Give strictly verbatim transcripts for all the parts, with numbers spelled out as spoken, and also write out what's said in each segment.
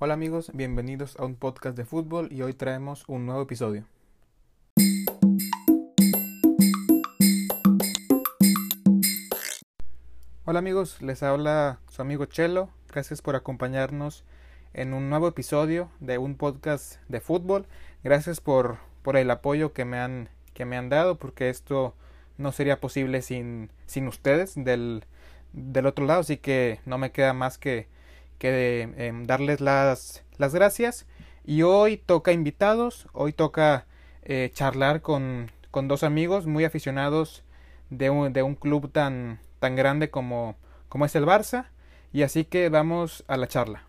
Hola amigos, bienvenidos a un podcast de fútbol y hoy traemos un nuevo episodio. Hola amigos, les habla su amigo Chelo, gracias por acompañarnos en un nuevo episodio de un podcast de fútbol. Gracias por, por el apoyo que me han, que me han dado, porque esto no sería posible sin, sin ustedes del, del otro lado, así que no me queda más que, que eh, darles las, las gracias. Y hoy toca invitados, hoy toca eh, charlar con, con dos amigos muy aficionados de un, de un club tan, tan grande como, como es el Barça, y así que vamos a la charla.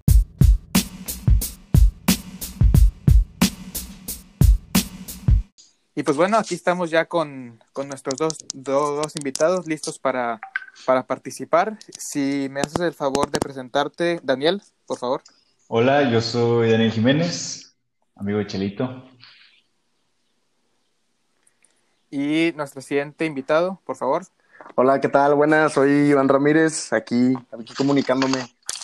Y pues bueno, aquí estamos ya con, con nuestros dos, dos, dos invitados listos para, para participar. Si me haces el favor de presentarte, Daniel, por favor. Hola, yo soy Daniel Jiménez, amigo de Chelito. Y nuestro siguiente invitado, por favor. Hola, ¿qué tal? Buenas, soy Iván Ramírez, aquí, aquí comunicándome.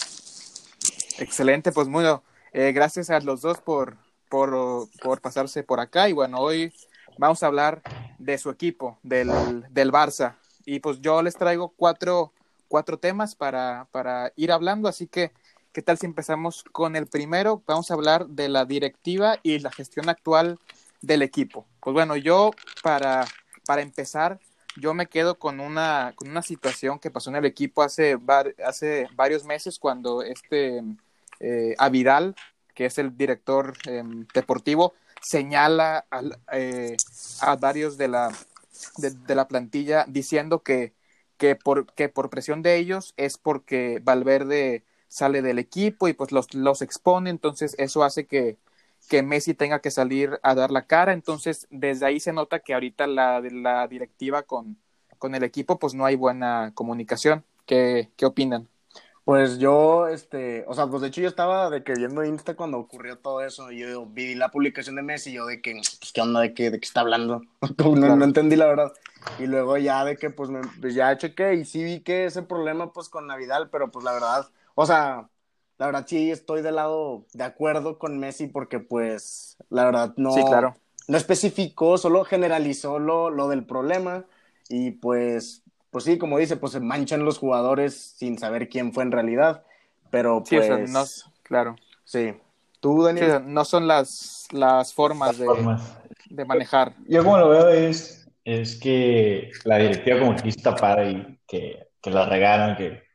Excelente, pues bueno, eh, gracias a los dos por, por, por pasarse por acá. Y bueno, hoy vamos a hablar de su equipo, del, del Barça. Y pues yo les traigo cuatro, cuatro temas para, para ir hablando, así que ¿qué tal si empezamos con el primero? Vamos a hablar de la directiva y la gestión actual del equipo. Pues bueno, yo para, para empezar, yo me quedo con una, con una situación que pasó en el equipo hace, var, hace varios meses cuando este eh, a Vidal, que es el director eh, deportivo, señala a, eh, a varios de la, de, de la plantilla diciendo que, que, por, que por presión de ellos es porque Valverde sale del equipo y pues los, los expone, entonces eso hace que, que Messi tenga que salir a dar la cara, entonces desde ahí se nota que ahorita la, la directiva con, con el equipo pues no hay buena comunicación. ¿Qué, qué opinan? Pues yo, este, o sea, pues de hecho yo estaba de que viendo Insta cuando ocurrió todo eso, y yo vi la publicación de Messi y yo de que, pues, ¿qué onda? ¿De qué, de qué está hablando? no, no Claro. entendí la verdad. Y luego ya de que, pues, me, pues ya chequé y sí vi que ese problema, pues, con Navidad, pero pues la verdad, o sea, la verdad sí estoy del lado de acuerdo con Messi porque, pues, la verdad Sí, no, claro. no especificó, solo generalizó lo, lo del problema y pues pues sí, como dice, pues se manchan los jugadores sin saber quién fue en realidad, pero Sí, o sea, no, pues claro. sí. ¿Tú, Sí, o Daniel? sea, no son las, las formas de, Formas. de manejar. Yo como lo veo es, es que la directiva como que quiso tapar y que, que la regaron, que,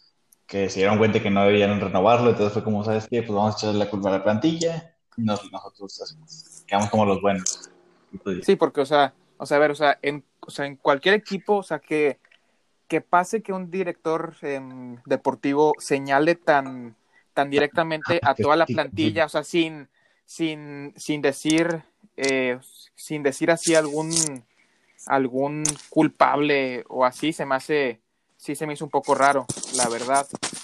que se dieron cuenta que no debían renovarlo, entonces fue como, ¿sabes qué? Pues vamos a echarle la culpa a la plantilla y nos- nosotros hacemos- quedamos como los buenos. Y pues, Sí, porque, o sea, o sea, a ver, o sea, en, o sea, en cualquier equipo, o sea, que, que pase que un director eh, deportivo señale tan, tan directamente a toda la plantilla, o sea, sin, sin, sin decir, eh, sin decir así algún, algún culpable o así, se me hace, sí se me hizo un poco raro, la verdad.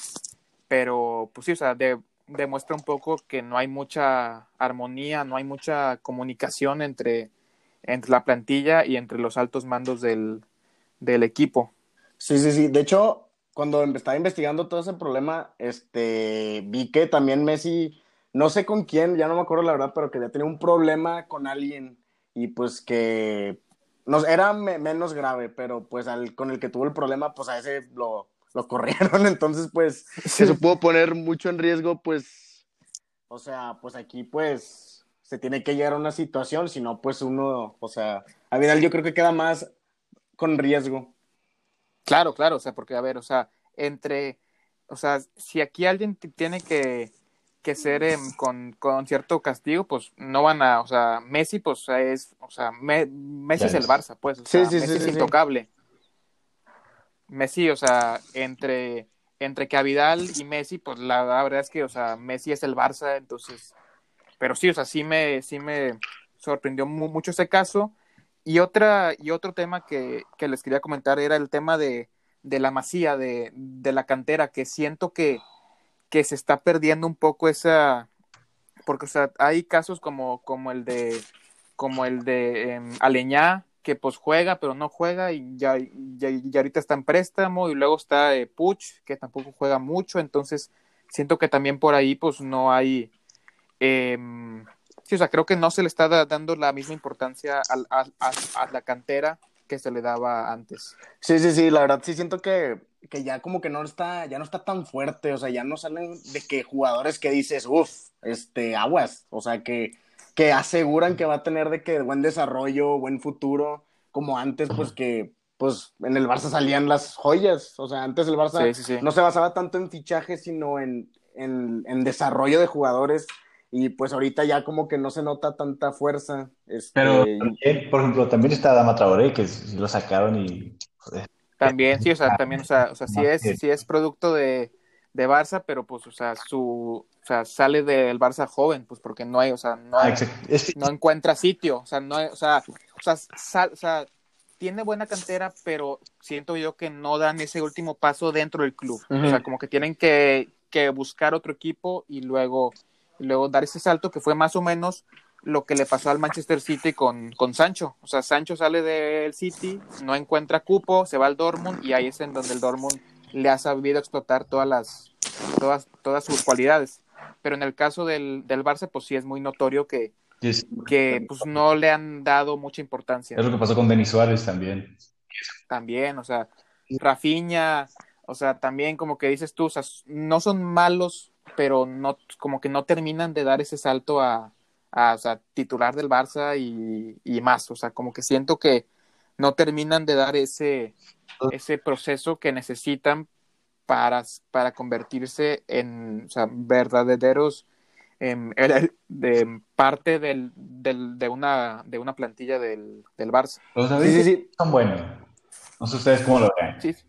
Pero pues sí, o sea, de, demuestra un poco que no hay mucha armonía, no hay mucha comunicación entre, entre la plantilla y entre los altos mandos del, del equipo. Sí, sí, sí. De hecho, cuando estaba investigando todo ese problema, este, vi que también Messi, no sé con quién, ya no me acuerdo la verdad, pero que ya tenía un problema con alguien y pues que no, era me- menos grave, pero pues al, con el que tuvo el problema, pues a ese lo, lo corrieron, entonces pues eso Sí, pudo poner mucho en riesgo, pues, o sea, pues aquí pues se tiene que llegar a una situación, si no pues uno, o sea, a Vidal yo creo que queda más con riesgo. claro, claro, o sea, porque a ver, o sea, entre, o sea, si aquí alguien t- tiene que, que ser eh, con, con cierto castigo, pues no van a, o sea, Messi, pues es, o sea, Me- Messi ya es el ves. Barça, pues, o Sí, sea, sí, sí, Messi es sí, sí. intocable. Messi, o sea, entre, entre que a Vidal y Messi, pues la, la verdad es que, o sea, Messi es el Barça, entonces, pero sí, o sea, sí me, sí me sorprendió mu- mucho ese caso. Y otra, y otro tema que, que les quería comentar era el tema de, de la Masía, de, de la cantera, que siento que, que se está perdiendo un poco esa, porque o sea, hay casos como, como el de como el de eh, Aleñá, que pues juega, pero no juega y ya, ya, ya ahorita está en préstamo, y luego está eh, Puch, que tampoco juega mucho, entonces siento que también por ahí pues no hay, eh, sí, o sea, creo que no se le está da- dando la misma importancia al- a, a, a la cantera que se le daba antes. Sí, sí, sí, la verdad sí siento que, que ya como que no está, ya no está tan fuerte, o sea, ya no salen de que jugadores que dices, uff, este, aguas, o sea, que, que aseguran que va a tener de que buen desarrollo, buen futuro, como antes, pues que, pues en el Barça salían las joyas, o sea, antes el Barça Sí, sí, sí. no se basaba tanto en fichajes, sino en, en, en desarrollo de jugadores, y pues ahorita ya como que no se nota tanta fuerza, Pero este, también, por ejemplo, también está Dama Traoré, que sí lo sacaron y joder, También, sí, o sea, también, o sea, o sea, sí más es, que- sí es producto de, de Barça, pero pues, o sea, su, o sea, sale del Barça joven, pues porque no hay, o sea, no, ah, exacto. Es que no encuentra sitio, o sea, no hay, o sea, o sea, sal- o sea, tiene buena cantera, pero siento yo que no dan ese último paso dentro del club, o ujú. sea, como que tienen que, que buscar otro equipo y luego, y luego dar ese salto que fue más o menos lo que le pasó al Manchester City con, con Sancho. O sea, Sancho sale del City, no encuentra cupo, se va al Dortmund y ahí es en donde el Dortmund le ha sabido explotar todas las todas, todas sus cualidades. Pero en el caso del, del Barça, pues sí es muy notorio que, es, que pues no le han dado mucha importancia. es lo que pasó con Denis Suárez también. También, o sea, Rafinha, o sea, también como que dices tú, o sea, no son malos, pero no, como que no terminan de dar ese salto a, a o sea, titular del Barça y, y más, o sea, como que siento que no terminan de dar ese, ese proceso que necesitan para, para convertirse en, o sea, verdaderos em, el- de parte del, del, de, una, de una plantilla del, del Barça. Los de Sí, sí, ahorita sí. son buenos. No sé ustedes cómo lo vean. Sí,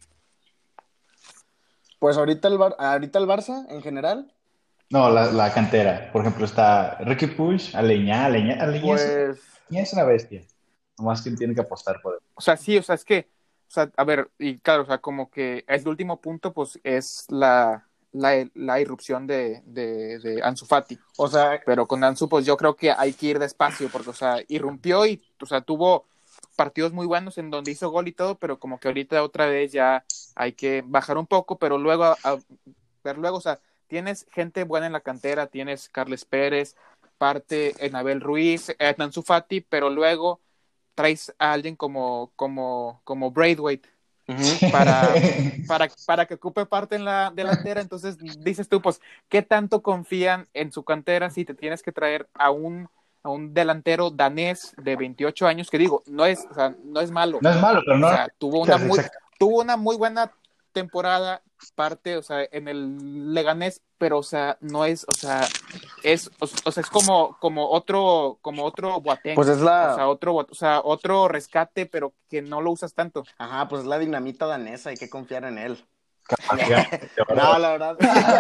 Pues ahorita el, Bar- ahorita el Barça, en general, No, la, la cantera. Por ejemplo, está Ricky Puig, Aleñá, Aleñá, Aleñá es, pues Aleñá es una bestia. Nomás que tiene que apostar por él. o sea, sí, o sea, es que, o sea, a ver, y claro, o sea, como que el último punto, pues, es la, la, la irrupción de, de, de Ansu Fati. o sea, Pero con Ansu, pues yo creo que hay que ir despacio, porque, o sea, irrumpió y, o sea, tuvo partidos muy buenos en donde hizo gol y todo, pero como que ahorita otra vez ya hay que bajar un poco, pero luego, a, a ver luego, o sea, tienes gente buena en la cantera, tienes Carles Pérez, parte Enabel Ruiz, Ansu Fati, pero luego traes a alguien como, como, como Braithwaite ujú. para, para, para que ocupe parte en la delantera. Entonces dices tú, pues, ¿qué tanto confían en su cantera si te tienes que traer a un, a un delantero danés de veintiocho años? Que digo, no es, o sea, no es malo. No es malo, pero O no sea, tuvo una muy, exacto. tuvo una muy buena temporada parte, o sea, en el Leganés, pero o sea, no es, o sea, es, o, o sea, es como, como otro, como otro Pues Boateng, es o la, sea, otro, o sea, otro rescate, pero que no lo usas tanto. ajá, pues es la dinamita danesa, hay que confiar en él. Capacidad de oro. No, la verdad,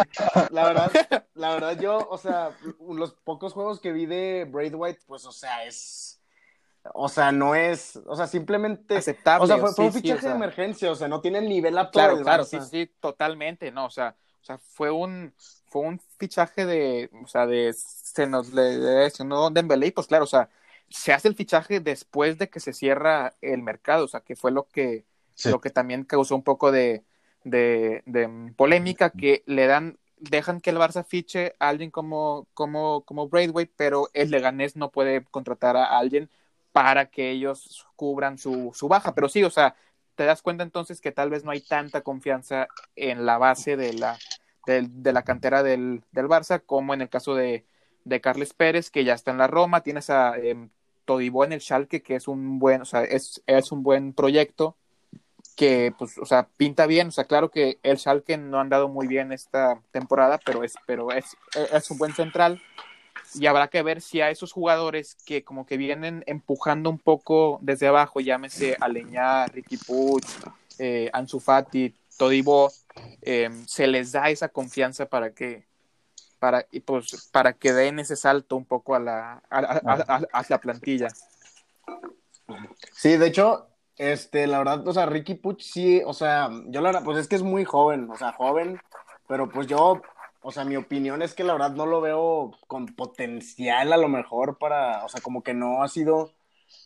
la verdad, la verdad yo, o sea, los pocos juegos que vi de Braithwaite, pues, o sea, es, o sea, no es, o sea, simplemente, o sea, Aceptable, fue, fue sí, un sí, o fichaje de sea, emergencia, o sea, no tiene el nivel apto claro, del claro, sí, Barça. sí, totalmente, no, o sea, o sea, fue un, fue un fichaje de, o sea, de, se nos le lesionó Dembélé, y pues claro, o sea, se hace el fichaje después de que se cierra el mercado, o sea, que fue lo que, Sí. lo que también causó un poco de, de, de polémica, que le dan, dejan que el Barça fiche a alguien como, como, como Braithwaite, pero el Leganés no puede contratar a alguien para que ellos cubran su, su baja, pero sí, o sea, te das cuenta entonces que tal vez no hay tanta confianza en la base de la, de, de la cantera del, del, Barça, como en el caso de, de Carles Pérez, que ya está en la Roma, tienes a eh, Todibo en el Schalke, que es un buen, o sea, es, es un buen proyecto, que pues, o sea, pinta bien, o sea, claro que el Schalke no ha andado muy bien esta temporada, pero es, pero es, es un buen central, y habrá que ver si a esos jugadores que como que vienen empujando un poco desde abajo, llámese Aleñá, Ricky Puig, eh, Ansu Fati, Todibo, eh, se les da esa confianza para que para, y pues, para que den ese salto un poco a la, a, a, a, a la plantilla. Sí, de hecho, este, la verdad, o sea, Ricky Puig sí, o sea, yo la verdad, pues es que es muy joven, o sea, joven, pero pues yo, o sea, mi opinión es que la verdad no lo veo con potencial a lo mejor para, o sea, como que no ha sido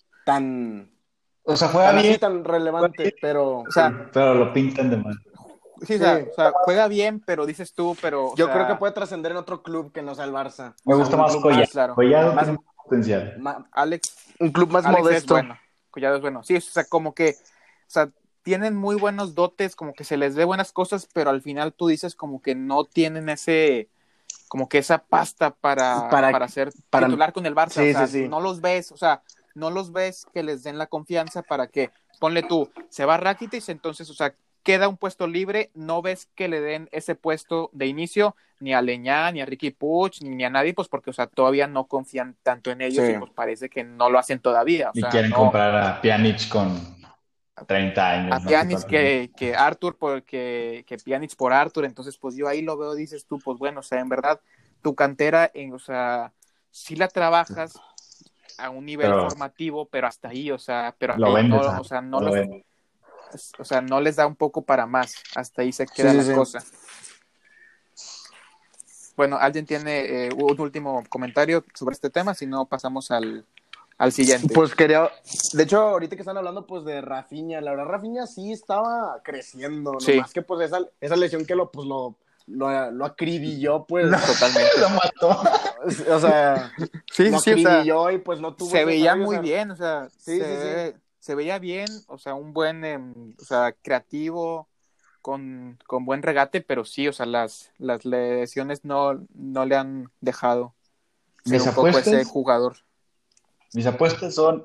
tan, O sea, juega tan bien, así, tan juega bien, relevante, pero O sea, pero lo pintan de mal. sí, o sea, o sea, juega bien, pero dices tú, pero, o Yo sea, creo que puede trascender en otro club que no sea el Barça. Me O sea, gusta un más club Collado. más, claro. Collado más, tiene más potencial. más- Alex, un club más Alex es modesto. bueno, Collado es bueno. Sí, o sea, como que, o sea, tienen muy buenos dotes, como que se les ve buenas cosas, pero al final tú dices como que no tienen ese, como que esa pasta para, Para, para ser para, titular con el Barça. sí, O sea, sí, sí. no los ves, o sea, no los ves que les den la confianza para que, ponle tú, se va Rakitic, entonces, o sea, queda un puesto libre, no ves que le den ese puesto de inicio ni a Leñá, ni a Ricky Puig, ni a nadie, pues porque, o sea, todavía no confían tanto en ellos Sí. y pues parece que no lo hacen todavía, o Y sea, quieren no comprar a Pjanic con treinta a años, no sé Pjanic cuántos. que, que Arthur, porque que Pjanic por Arthur, entonces pues yo ahí lo veo, dices tú, pues bueno, o sea, en verdad, tu cantera, en, o sea, sí la trabajas a un nivel Pero formativo, pero hasta ahí, o sea, pero lo ahí vendes, no, a- o sea, no lo los, vendes. o sea, no les da un poco para más, hasta ahí se Sí, queda sí, la sí. cosa. Bueno, ¿alguien tiene eh, un último comentario sobre este tema? Si no, pasamos al, al siguiente. Pues quería, de hecho, ahorita que están hablando pues de Rafinha, la verdad Rafinha sí estaba creciendo, Sí. nomás que pues esa, esa lesión que lo, pues lo, lo, lo acribilló, pues, Totalmente. Lo mató. o sea, Sí, lo sí, sí, o sea, acribilló y pues no tuvo se ese veía desarrollo, o muy sea, bien, o sea, sí, se, sí, sí. ve- se veía bien, o sea, un buen, em, o sea, creativo, con, con buen regate, pero sí, o sea, las, las lesiones no, no le han dejado ser Mis un poco ese apuestas, jugador. mis apuestas son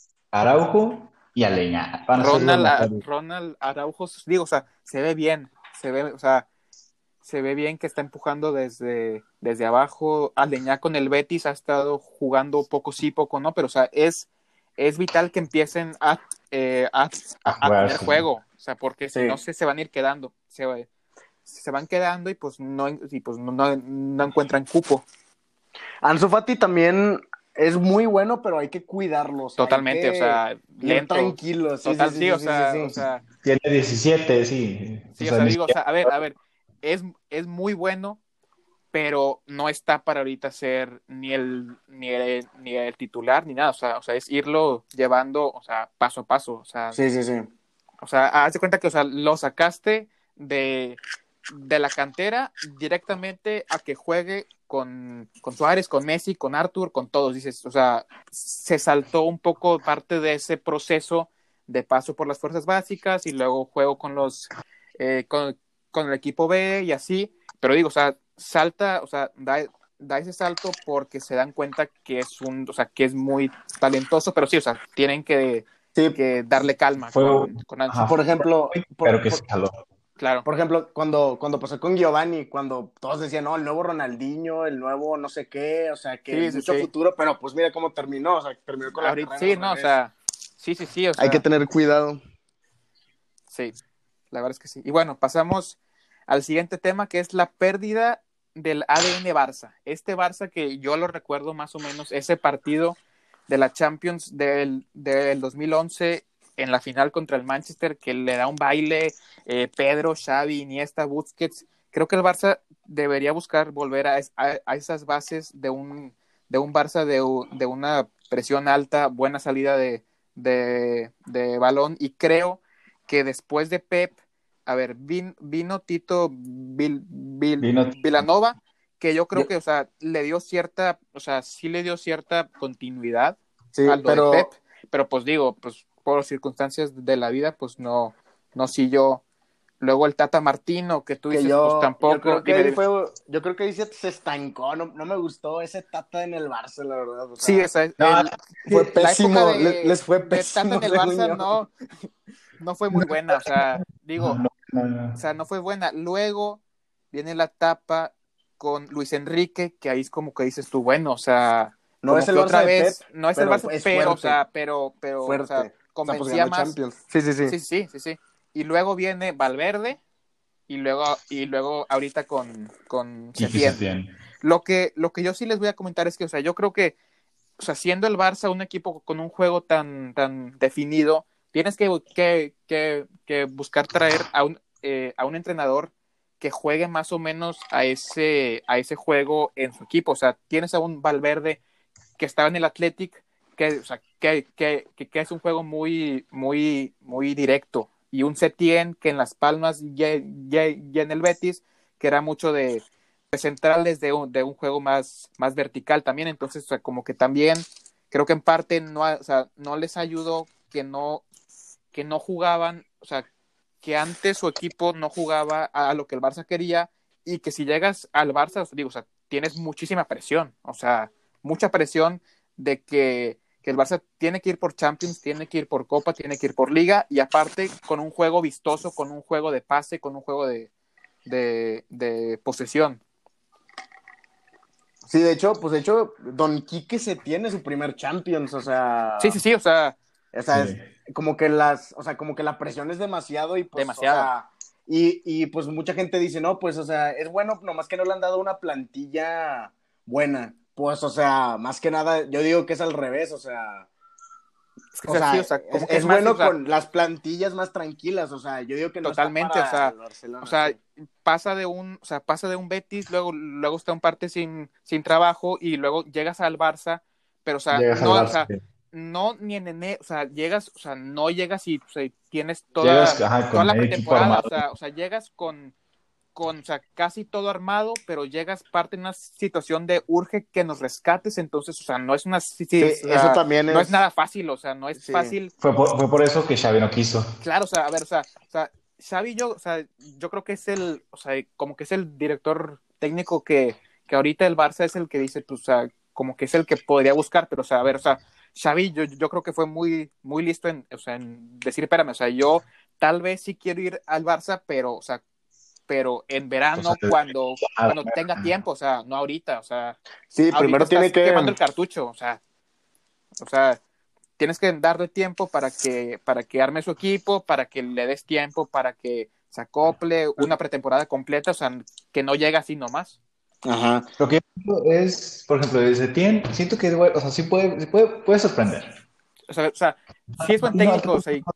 Araujo y Aleñá. Van a ser los Ronald, a- mejores. Ronald Araujo, digo, o sea, se ve bien, se ve, o sea, se ve bien que está empujando desde, desde abajo. Aleñá con el Betis ha estado jugando poco sí, poco no, pero o sea, es, es vital que empiecen a, eh, a, A a jugar, tener sí. juego, o sea, porque si Sí. no se, se van a ir quedando, se, se van quedando y pues no, y pues no, no, no encuentran cupo. Ansu Fati también es muy bueno, pero hay que cuidarlo, o sea, hay Totalmente, o que sea, ir lento. tranquilo, sí, Total, sí, sí, sí, o sí, sí, sea, o sí. sea, Tiene diecisiete, sí. O sí, o sea, sea, ni digo, o sea, siquiera. a ver, a ver, es, es muy bueno, pero no está para ahorita ser ni el, ni el, ni el titular ni nada, o sea, o sea, es irlo llevando, o sea, paso a paso, o sea, Sí, sí, sí. o sea, haz de cuenta que, o sea, lo sacaste de, de la cantera directamente a que juegue con, con Suárez, con Messi, con Arthur, con todos, dices, o sea, se saltó un poco parte de ese proceso de paso por las fuerzas básicas y luego juego con los, eh, con, con el equipo B y así, pero digo, o sea, salta, o sea, da, da ese salto porque se dan cuenta que es un, o sea, que es muy talentoso, pero sí, o sea, tienen que, Sí, que darle calma Fue, con, con Ansu. ajá, por fue ejemplo, pero por, que se por, jaló. Claro. por ejemplo, cuando, cuando pasó con Giovanni, cuando todos decían, no, el nuevo Ronaldinho, el nuevo no sé qué, o sea, que Sí, sí, mucho sí. futuro, pero pues mira cómo terminó, o sea, terminó con la Ahorita, carrera sí, al no, o revés. sea, sí, sí, sí, o Hay que sea, tener cuidado. sí, la verdad es que sí. Y bueno, pasamos al siguiente tema que es la pérdida del A D N Barça. Este Barça que yo lo recuerdo más o menos, ese partido de la Champions del, del dos mil once en la final contra el Manchester, que le da un baile eh, Pedro, Xavi, Iniesta, Busquets. Creo que el Barça debería buscar volver a, a, a esas bases de un, de un Barça de, de una presión alta, buena salida de, de, de balón, y creo que después de Pep, a ver, vin, vino Tito Vil, Vil, Vino, Vilanova, que yo creo Yo, que, o sea, le dio cierta, o sea, sí le dio cierta continuidad sí, a lo de Pep, pero pero pues digo, pues por circunstancias de la vida, pues no, no siguió. Luego el Tata Martino, que tú que dices, pues yo, yo tampoco, creo que dime, ahí dime. fue, yo creo que ahí se, se estancó, no, no me gustó ese Tata en el Barça, la verdad, o Sí, sea, esa, no, el, fue la época pésimo, les, de, les fue de Tata pésimo, en el según Barça yo. no, no fue muy buena, o sea, digo, no, no, o no. sea, no fue buena. Luego viene la etapa con Luis Enrique, que ahí es como que dices tú, bueno, o sea, No es como el que Barça otra de Pep, vez, no es el pero Barça, es pero, o fuerte, sea, pero, pero, o sea, fuerte. O sea, pues convencía ganó más. Champions. Sí, sí, sí. Sí, sí, sí, sí, sí. Y luego viene Valverde y luego, y luego ahorita con, con Quique Setién. Setién. Lo que, lo que yo sí les voy a comentar es que, o sea, yo creo que, o sea, siendo el Barça un equipo con un juego tan, tan definido, tienes que, que, que, que buscar traer a un, eh, a un entrenador que juegue más o menos a ese, a ese juego en su equipo. O sea, tienes a un Valverde que estaba en el Athletic, que, o sea, que, que, que, que es un juego muy, muy, muy directo. y un Setién que en Las Palmas y, y, y en el Betis, que era mucho de, de centrales de un, de un juego más, más vertical también. Entonces, o sea, como que también creo que en parte no, o sea, no les ayudó que no, que no jugaban, o sea, que antes su equipo no jugaba a lo que el Barça quería, y que si llegas al Barça, o sea, digo, o sea, tienes muchísima presión, o sea, mucha presión de que, que el Barça tiene que ir por Champions, tiene que ir por Copa, tiene que ir por Liga, y aparte con un juego vistoso, con un juego de pase, con un juego de, de, de posesión. Sí, de hecho, pues de hecho, Don Quique se tiene su primer Champions, o sea... Sí, sí, sí, o sea... O sea, Sí. es como que las, o sea, como que la presión es demasiado y pues, Demasiado. o sea, y, y pues mucha gente dice, no, pues, o sea, es bueno, nomás que no le han dado una plantilla buena. Pues, o sea, más que nada, yo digo que es al revés, o sea, Es que o es así, sea, o sea, es, como que es es más, bueno o sea, con las plantillas más tranquilas, o sea, yo digo que no está totalmente, o para sea, el Barcelona, o sea, sí. pasa de un, o sea, pasa de un Betis, luego, luego está un parte sin, sin trabajo, y luego llegas al Barça, pero, o sea, Llegas al no, o Barça. sea, no ni en ene, o sea, llegas, o sea, no llegas y, o sea, tienes toda, Llegas, ajá, toda con la el equipo pretemporada, o armado. sea, o sea, llegas con, con, o sea, casi todo armado, pero llegas parte en una situación de urge que nos rescates, entonces, o sea, no es una, sí, sí, Sí, o eso sea, también no es es, nada fácil, o sea, no es sí. fácil. Fue por, fue por eso que Xavi no quiso. Claro, o sea, a ver, o sea, o sea, Xavi yo, o sea, yo creo que es el, o sea, como que es el director técnico que, que ahorita el Barça es el que dice, pues, o sea, como que es el que podría buscar, pero, o sea, a ver, o sea, Xavi yo, yo creo que fue muy, muy listo en, o sea, en decir, espérame, o sea, yo tal vez sí quiero ir al Barça, pero, o sea, pero en O sea, verano, cuando, cuando tenga tiempo, o sea, no ahorita, o sea, Sí, ahorita primero tiene estás quemando que, el cartucho, o sea, o sea, tienes que darle tiempo para que, para que arme su equipo, para que le des tiempo, para que se acople una pretemporada completa, o sea, que no llegue así nomás. ajá, lo que yo digo es, por ejemplo, de Setién, siento que es bueno, o sea, sí puede, sí puede, puede sorprender. O sea, o sea, sí es buen No, técnico, o sea, y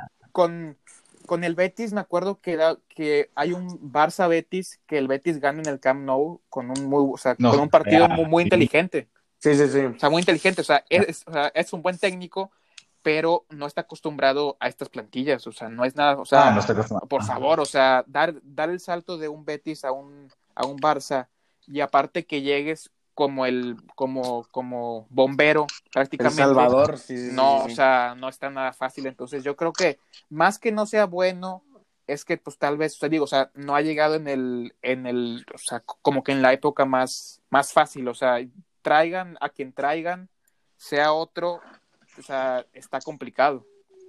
con, con el Betis me acuerdo que, da, que hay un Barça Betis que el Betis gana en el Camp Nou con un, muy, o sea, no, con un partido muy, ya, muy sí, inteligente. sí, sí, sí. O sea, muy inteligente, o sea, es, o sea, es un buen técnico, pero no está acostumbrado a estas plantillas, o sea, no es nada, o ah, sea, no está acostumbrado. por favor, o sea, dar, dar el salto de un Betis a un, a un Barça, y aparte que llegues como el, como, como bombero El prácticamente, Salvador, sí, sí, sí, no, sí, o sí. sea, no está nada fácil. Entonces yo creo que más que no sea bueno, es que pues tal vez, o sea, digo, o sea, no ha llegado en el, en el, o sea, como que en la época más, más fácil, o sea, traigan a quien traigan, sea otro, o sea, está complicado.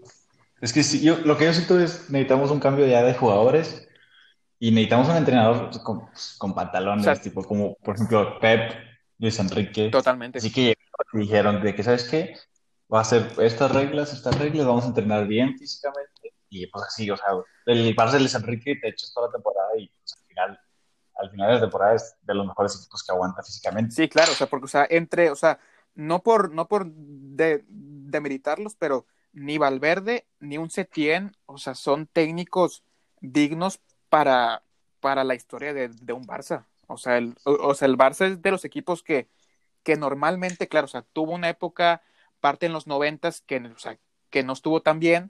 Es que sí, yo, lo que yo siento es, necesitamos un cambio ya de jugadores y necesitamos un entrenador pues, con, pues, con O sea, pantalones, tipo como, por ejemplo, Pep, Luis Enrique. totalmente. Así que llegaron y dijeron de que, ¿sabes qué? Va a ser estas reglas, estas reglas, vamos a entrenar bien físicamente. Y pues así, o sea, el Barça de Luis Enrique te ha hecho toda la temporada y pues al final, al final de la temporada es de los mejores equipos que aguanta físicamente. Sí, claro, o sea, porque, o sea, entre, o sea, no por, no por de, demeritarlos, pero ni Valverde ni un Setién, o sea, son técnicos dignos para, para la historia de, de un Barça. O sea, el, o, o sea, el Barça es de los equipos que, que normalmente, claro, o sea, tuvo una época, parte en los noventas, que, o sea, que no estuvo tan bien,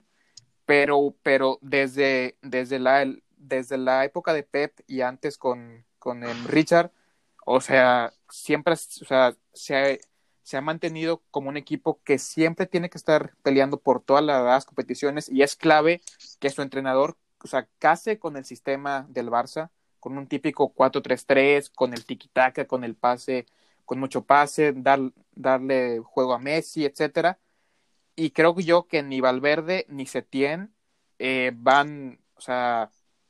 pero, pero desde, desde, la, desde la época de Pep y antes con, con um, Richard, o sea, siempre, o sea, se ha, se ha mantenido como un equipo que siempre tiene que estar peleando por todas las competiciones, y es clave que su entrenador, o sea, case con el sistema del Barça, con un típico cuatro tres tres, con el tiki-taka, con el pase, con mucho pase, dar, darle juego a Messi, etcétera. Y creo yo que ni Valverde ni Setién eh, van, o sea,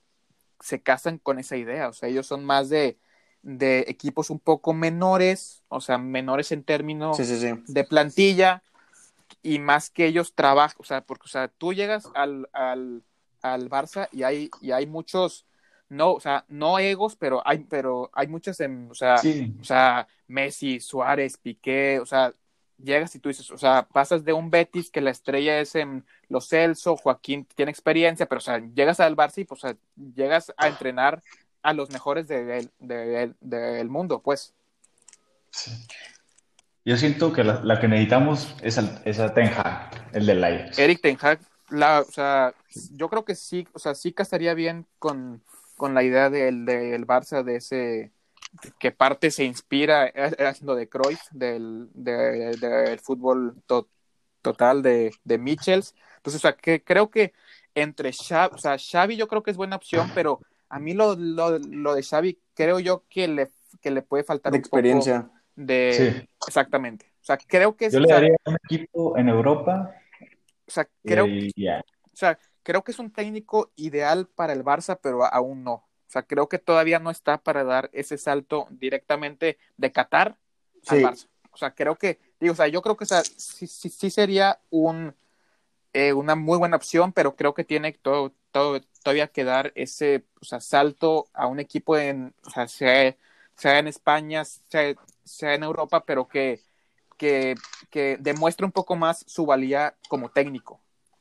se casan con esa idea. O sea, ellos son más de, de equipos un poco menores, o sea, menores en Sí, términos sí, sí. de plantilla, y más que ellos trabajan, o sea, porque, o sea, tú llegas al, al, al Barça y hay, y hay muchos, no, o sea, no egos, pero hay, pero hay muchos, en, o sea, Sí, o sea, Messi, Suárez, Piqué, o sea, llegas y tú dices, o sea, pasas de un Betis que la estrella es en Los Celso, Joaquín tiene experiencia, pero, o sea, llegas al Barça y, pues, o sea, llegas a entrenar a los mejores del de, de, de, de mundo, pues. sí. Yo siento que la, la que necesitamos es, al, es a Ten Hag, el del Ajax. Eric Ten Hag, la, o sea, yo creo que sí, o sea, sí casaría bien con, con la idea del, del Barça, de ese, que parte se inspira eh, haciendo de Cruyff, del, de, del fútbol to, total de, de Michels. Entonces, o sea, que creo que entre Xavi, o sea, Xavi yo creo que es buena opción, pero a mí lo, lo, lo de Xavi creo yo que le, que le puede faltar De un poco experiencia. de, Sí, exactamente. O sea, creo que es, yo o le sea, daría un equipo en Europa o sea, creo y ya. O sea, creo que es un técnico ideal para el Barça, pero aún no. O sea, creo que todavía no está para dar ese salto directamente de Qatar al Sí, Barça. O sea, creo que, digo, o sea, yo creo que o sea, sí, sí, sí sería un, eh, una muy buena opción, pero creo que tiene todo, todo, todavía que dar ese, o sea, salto a un equipo en, o sea, sea, sea en España, sea, sea en Europa, pero que, que, que demuestre un poco más su valía como técnico.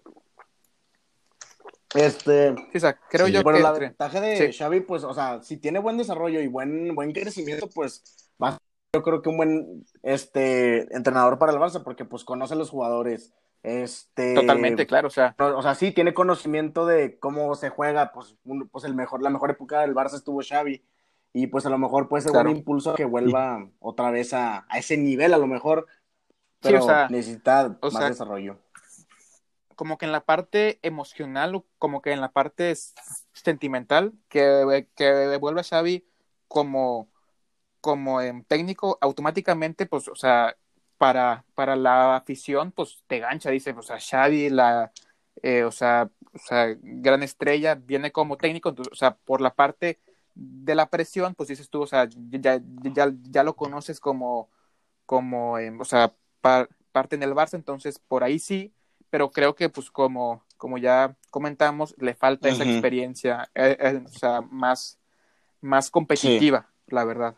este, Sí, o sea, creo Sí, yo bueno, que la entre, ventaja de sí, Xavi, pues, o sea, si tiene buen desarrollo y buen, buen crecimiento, pues, va a ser, yo creo que un buen, este, entrenador para el Barça, porque, pues, conoce a los jugadores, totalmente, este, claro, o sea, o, o sea, sí, tiene conocimiento de cómo se juega, pues, un- pues el mejor, la mejor época del Barça estuvo Xavi, y, pues, a lo mejor puede ser buen claro. impulso a que sí. vuelva otra vez a, a ese nivel, a lo mejor, Sí, o pero sea, necesita o más sea, desarrollo. como que en la parte emocional, o como que en la parte s- sentimental, que, que vuelve a Xavi como, como en técnico, automáticamente, pues, o sea, para, para la afición, pues te gancha, dice, pues, a Xavi, la, eh, o sea, o sea, gran estrella, viene como técnico, entonces, o sea, por la parte de la presión, pues dices tú, o sea, ya, ya, ya lo conoces como como, eh, o sea, par, parte en el Barça, entonces por ahí sí, pero creo que pues como, como ya comentamos, le falta esa Ujú. experiencia, eh, eh, o sea, más, más Sí, competitiva, la verdad.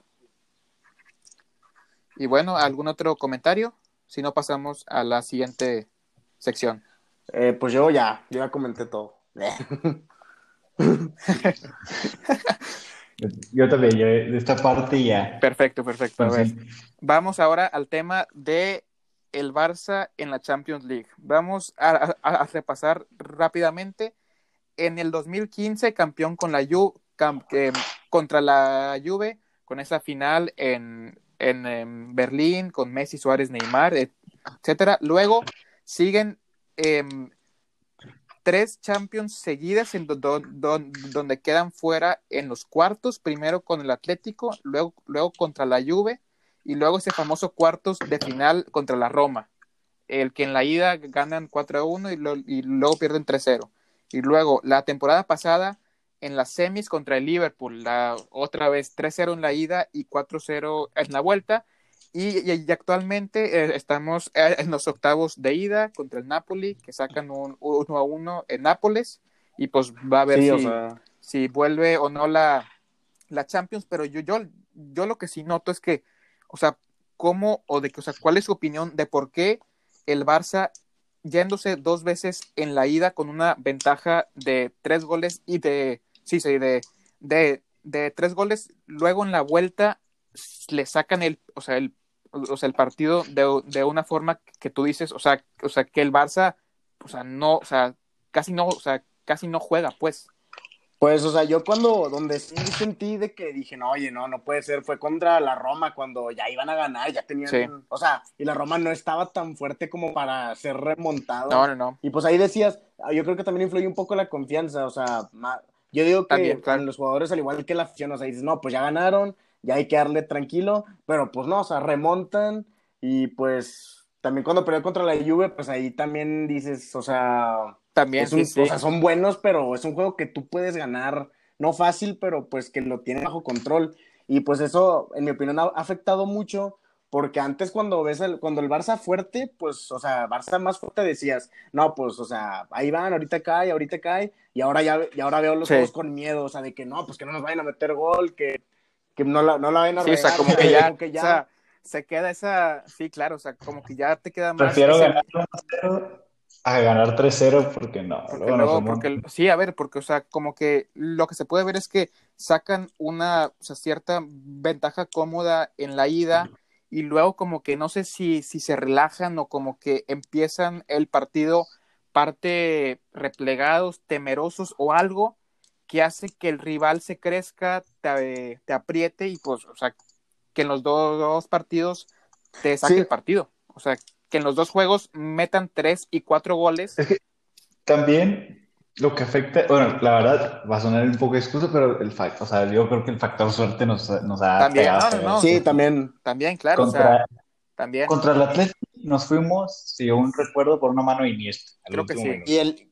Y bueno, ¿algún otro comentario? Si no, pasamos a la siguiente sección. eh, pues yo ya, yo ya comenté todo. Yo también, yo de esta parte ya. Perfecto, perfecto. A Bueno, ver, sí. vamos ahora al tema de el Barça en la Champions League. Vamos a, a, a repasar rápidamente. En el dos mil quince, campeón con la Ju cam eh, contra la Juve, con esa final en, en, en Berlín, con Messi, Suárez, Neymar, etcétera. Luego siguen eh, tres Champions seguidas en do, do, do, donde quedan fuera en los cuartos, primero con el Atlético, luego, luego contra la Juve y luego ese famoso cuartos de final contra la Roma, el que en la ida ganan cuatro a uno y, lo, y luego pierden tres cero. Y luego la temporada pasada en las semis contra el Liverpool, la, otra vez tres cero en la ida y cuatro cero en la vuelta. Y, y, y actualmente eh, estamos eh, en los octavos de ida contra el Napoli, que sacan un uno a uno en Nápoles. Y pues va a ver Sí, o si, sea, si vuelve o no la, la Champions. Pero yo, yo, yo lo que sí noto es que, o sea, cómo o de que, o sea, cuál es su opinión de por qué el Barça yéndose dos veces en la ida con una ventaja de tres goles y de, sí, sí, de, de, de tres goles, luego en la vuelta le sacan el, o sea, el, o sea, el partido de, de una forma que tú dices, o sea, o sea, que el Barça, o sea, no, o sea, casi no, o sea, casi no juega, pues. pues, o sea, yo cuando, donde sí sentí de que dije, no, oye, no, no puede ser, fue contra la Roma cuando ya iban a ganar, ya Sí, tenían, o sea, y la Roma no estaba tan fuerte como para ser no, remontado. no, no, Y pues ahí decías, ah, yo creo que también influye un poco la confianza, o sea, ma- yo digo también, que en claro. los jugadores, al igual que la afición, o sea, dices, no, pues ya ganaron, ya hay que darle tranquilo, pero pues no, o sea, remontan y pues también cuando perdió contra la Juve, pues ahí también dices, o sea, También, es sí, un, o sí, sea, son buenos, pero es un juego que tú puedes ganar, no fácil, pero pues que lo tiene bajo control. Y pues eso, en mi opinión, ha afectado mucho, porque antes cuando ves el, cuando el Barça fuerte, pues, o sea, Barça más fuerte decías, no, pues, o sea, ahí van, ahorita cae, ahorita cae, y ahora ya, y ahora veo los juegos sí, con miedo, o sea, de que no, pues que no nos vayan a meter gol, que, que no la, no la vayan a sí, o sea, regar, o como sea, que ya, como que o ya, sea, se queda esa, sí, claro, o sea, como que ya te queda más Prefiero ese, ganar uno cero a ganar tres cero porque no, porque luego nos luego, remontan. porque sí, a ver, porque, o sea, como que lo que se puede ver es que sacan una, o sea, cierta ventaja cómoda en la ida y luego como que no sé si, si se relajan o como que empiezan el partido parte replegados, temerosos o algo que hace que el rival se crezca, te, te apriete y pues, o sea, que en los dos, dos partidos te saque Sí. el partido. O sea, que en los dos juegos metan tres y cuatro goles. Es que también lo que afecta, bueno, la verdad va a sonar un poco excusa, pero el factor, o sea, yo creo que el factor suerte nos, nos ha También, pegado no, no, feo. no. Sí, también. También, claro, o Contra, sea, también. contra el Atlético nos fuimos, si un recuerdo, por una mano de Iniesta al Creo que último sí. minuto. Y el,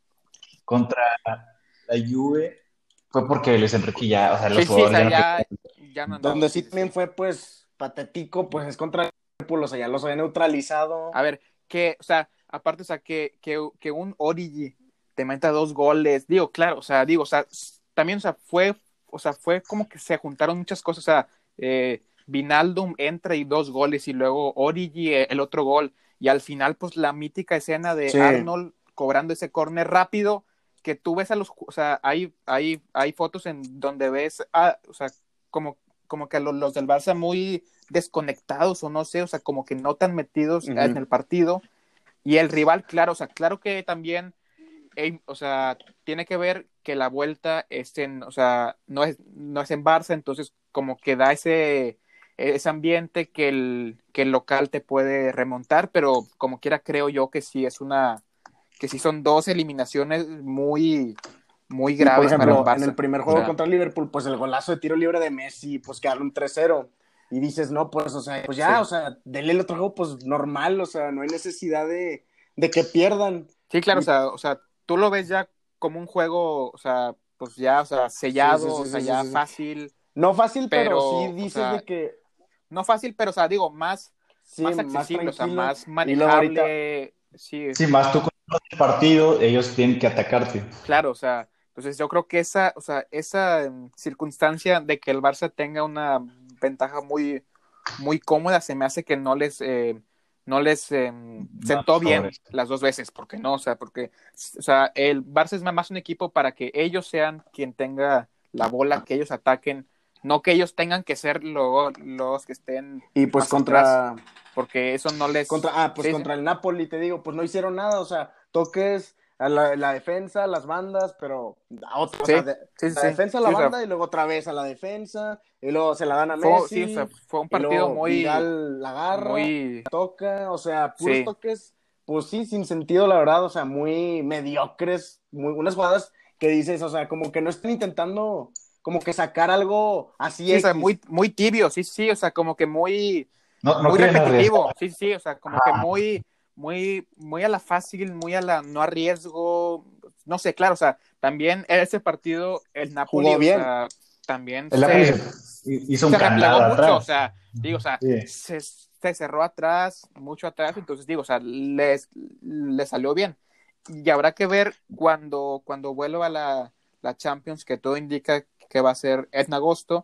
Contra la Juve fue porque Luis Enrique ya, o sea, los Sí, sí, o jugadores sea, ya no ya, ya no andaba. donde sí también fue, pues, patético, pues es contra el Liverpool, o sea, ya los había neutralizado. A ver, que, o sea, aparte, o sea, que, que, que un Origi te meta dos goles, digo, claro, o sea, digo, o sea, también, o sea, fue, o sea, fue como que se juntaron muchas cosas, o sea, eh, Wijnaldum entra y dos goles, y luego Origi eh, el otro gol, y al final, pues, la mítica escena de Sí. Arnold cobrando ese córner rápido, que tú ves a los, o sea, hay, hay, hay fotos en donde ves, a, o sea, como, como que los, los del Barça muy desconectados, o no sé, o sea, como que no tan metidos Ujú. en el partido, y el rival, claro, o sea, claro que también, eh, o sea, tiene que ver que la vuelta es en, o sea, no es, no es en Barça, entonces como que da ese, ese ambiente que el, que el local te puede remontar, pero como quiera creo yo que sí es una, que sí son dos eliminaciones muy, muy Y por graves para el ejemplo, Barça. en el primer O juego sea, contra el Liverpool, pues el golazo de tiro libre de Messi, pues quedaron un tres cero. Y dices, no, pues, o sea, pues ya, Sí. o sea, denle el otro juego, pues normal, o sea, no hay necesidad de, de que pierdan. sí, claro, Y- o sea, o sea, tú lo ves ya como un juego, o sea, pues ya, o sea, Sí, sellado, sí, sí, o sea, sí, ya sí, sí. fácil, No fácil, pero sí pero, o dices sea, de que no fácil, pero, o sea, digo, más, sí, más más accesible, o sea, tranquilo. más Y luego ahorita, manejable, sí, Sí, más tú con el partido, ellos tienen que atacarte. claro, o sea, entonces yo creo que esa, o sea, esa em, circunstancia de que el Barça tenga una ventaja muy, muy cómoda, se me hace que no les, eh, no les eh, No, sentó bien sobre. las dos veces, porque no, o sea, porque, o sea, el Barça es más un equipo para que ellos sean quien tenga la bola, que ellos ataquen, no que ellos tengan que ser lo, los que estén y pues más atrás, contra, porque eso no les... contra, ah, pues sí, sí. contra el Napoli, te digo, pues no hicieron nada, o sea, toques a la, la defensa, las bandas, pero a otra, o Sí, sea, de- sí, sí, la sí. defensa a la Sí, o sea, banda y luego otra vez a la defensa, y luego se la dan a fue, sí, o sea, Messi, fue un y partido luego muy, Vidal la agarra, muy, toca, o sea, puros sí, toques, pues sí, sin sentido, la verdad, o sea, muy mediocres, muy, unas jugadas que dices, o sea, como que no están intentando, como que sacar algo así sí, o sea, X. muy, muy tibio, sí, sí, o sea, como que muy, No, no muy quieren arriesgar. repetitivo, sí, sí, o sea, como que muy, muy, muy a la fácil, muy a la no arriesgo, no sé, claro, o sea, también ese partido, el Napoli, Jugó o bien. sea, también El Napoli se, se- hizo un se replegó candado mucho, o atrás. sea, digo, o sea, Sí. se, se cerró atrás, mucho atrás, entonces digo, o sea, les, les salió bien. Y habrá que ver cuando, cuando vuelva la, la Champions, que todo indica que va a ser en agosto,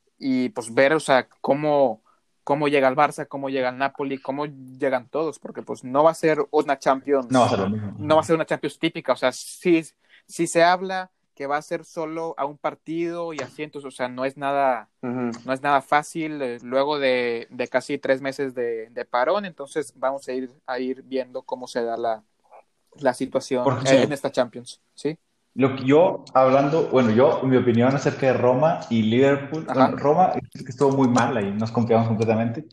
y pues ver, o sea, cómo, cómo llega el Barça, cómo llega el Napoli, cómo llegan todos, porque pues no va a ser una No va a Champions, ser lo mismo. no va a ser una Champions típica, o sea, sí, sí se habla que va a ser solo a un partido y así, entonces, o sea, no es nada, Ujú. no es nada fácil eh, luego de, de casi tres meses de, de parón, entonces vamos a ir, a ir viendo cómo se da la, la situación Porque en, sí, en esta Champions, ¿sí? lo que yo hablando, bueno, yo, mi opinión acerca de Roma y Liverpool, Ajá. bueno, Roma es que estuvo muy mal ahí, nos confiamos completamente.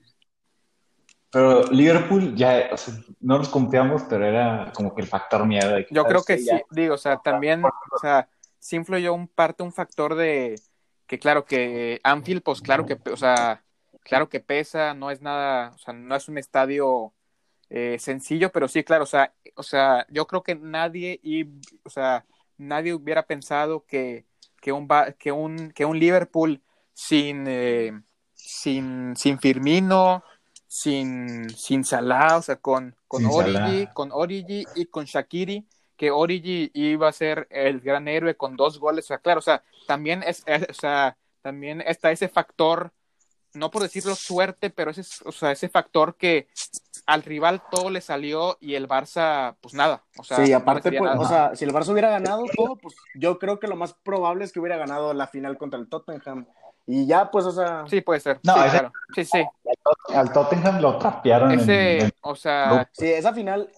Pero Liverpool ya, o sea, no nos confiamos, pero era como que el factor miedo de que, Yo creo ¿sabes que qué? Ya. sí, digo, o sea, también, o sea, sí influyó un parte, un factor de que claro que Anfield, pues claro que, o sea, claro que pesa, no es nada, o sea, no es un estadio eh, sencillo, pero sí, claro, o sea, o sea, yo creo que nadie, y, o sea, nadie hubiera pensado que, que un, Ba- que un, que un Liverpool sin, eh, sin, sin Firmino, sin, sin Salah, o sea, con, con Sin Origi, Salah. con Origi y con Shaqiri, que Origi iba a ser el gran héroe con dos goles, o sea, claro, o sea, también es, es- o sea, también está ese factor, no por decirlo suerte, pero ese, o sea, ese factor que al rival todo le salió y el Barça, pues nada, o sea, Sí, no le aparte, salía pues, nada. o sea, si el Barça hubiera ganado todo, pues yo creo que lo más probable es que hubiera ganado la final contra el Tottenham. Y ya, pues, o sea, Sí, puede ser, No, sí, ese, claro, sí, sí, al Tottenham lo trapearon en, en ese, o sea, sí, esa final,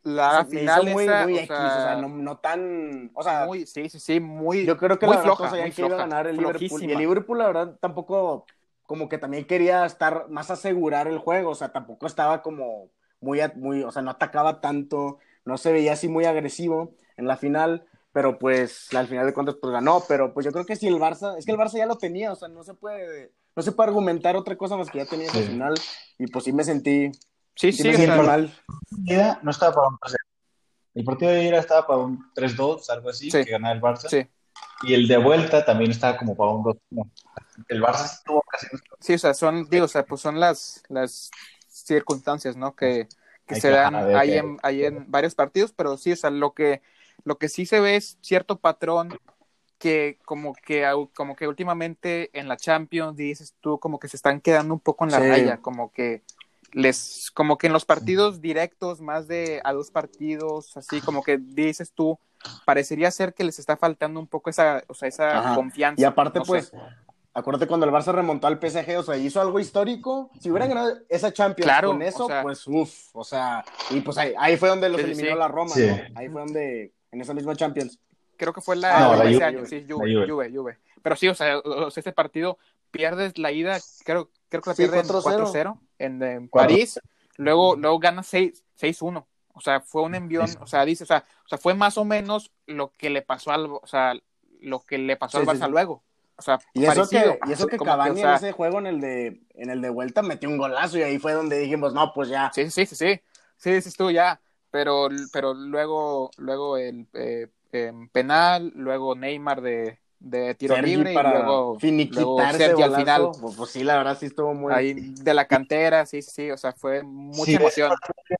la se me final hizo muy, esa, muy o X, sea, o sea, no, no tan, o sea, muy, sí, sí, sí, muy, yo creo que muy la verdad floja, todos sabían muy que iba a floja, ganar el Liverpool, y flojísima. el Liverpool la verdad tampoco, como que también quería estar más asegurar el juego, o sea, tampoco estaba como muy, muy, o sea, no atacaba tanto, no se veía así muy agresivo en la final, pero pues al final de cuentas pues ganó, pero pues yo creo que si el Barça, es que el Barça ya lo tenía, o sea, no se puede, no se puede argumentar otra cosa más que ya tenía esa Sí. final, y pues sí me sentí, Sí, sí sí, me o Y el sea, sentí partido mal. de ida no estaba para un tres cero. El partido de ida estaba para un tres dos, algo así, sí, que ganaba el Barça. sí, Y el de vuelta también estaba como para un dos uno. El Barça sí tuvo ocasiones. sí, o sea, son, digo, o sea, pues son las, las circunstancias, ¿no? Que, que Hay se que, ajá, dan de ahí que en, ahí en varios partidos, pero sí, o sea, lo que, lo que sí se ve es cierto patrón que como que, au- como que últimamente en la Champions, dices tú, como que se están quedando un poco en la Sí, raya, como que les, como que en los partidos directos, más de a dos partidos, así como que dices tú, parecería ser que les está faltando un poco esa, o sea, esa ajá. Y confianza, aparte, no sé. pues, acuérdate cuando el Barça remontó al P S G, o sea, hizo algo histórico. Si hubieran ganado esa Champions con Claro, o eso, sea, pues, uff, o sea, y pues ahí, ahí fue donde los sí, sí, eliminó sí. la Roma, sí. ¿no? Ahí fue donde, en esa misma Champions. Creo que fue la, Ah, No, la- la Juve, ese Juve, la año, Juve. sí, la Juve, Juve. Juve, Juve. Pero sí, o sea, o sea, este partido pierdes la ida, creo, creo que la Sí, pierden cuatro cuatro cero. cero en, en Cuatro. París, luego, luego gana seis uno. O sea, fue un envión, o sea, dice, o sea, o sea, fue más o menos lo que le pasó al, o sea, lo que le pasó al Sí, sí, Barça sí. luego. O sea, Y eso parecido, que, y eso que como que, o Cavani en sea, ese juego, en el de, en el de vuelta, metió un golazo y ahí fue donde dijimos, no, pues ya. sí, sí, sí, sí, sí, dices tú ya, pero, pero luego, luego el eh, em, penal, luego Neymar de, de tiro Sergi libre y para luego, luego finiquitar ese Sergi al final, golazo, pues, pues sí, la verdad sí estuvo muy... ahí de la cantera, sí, sí, sí, o sea, fue mucha Si ves, emoción.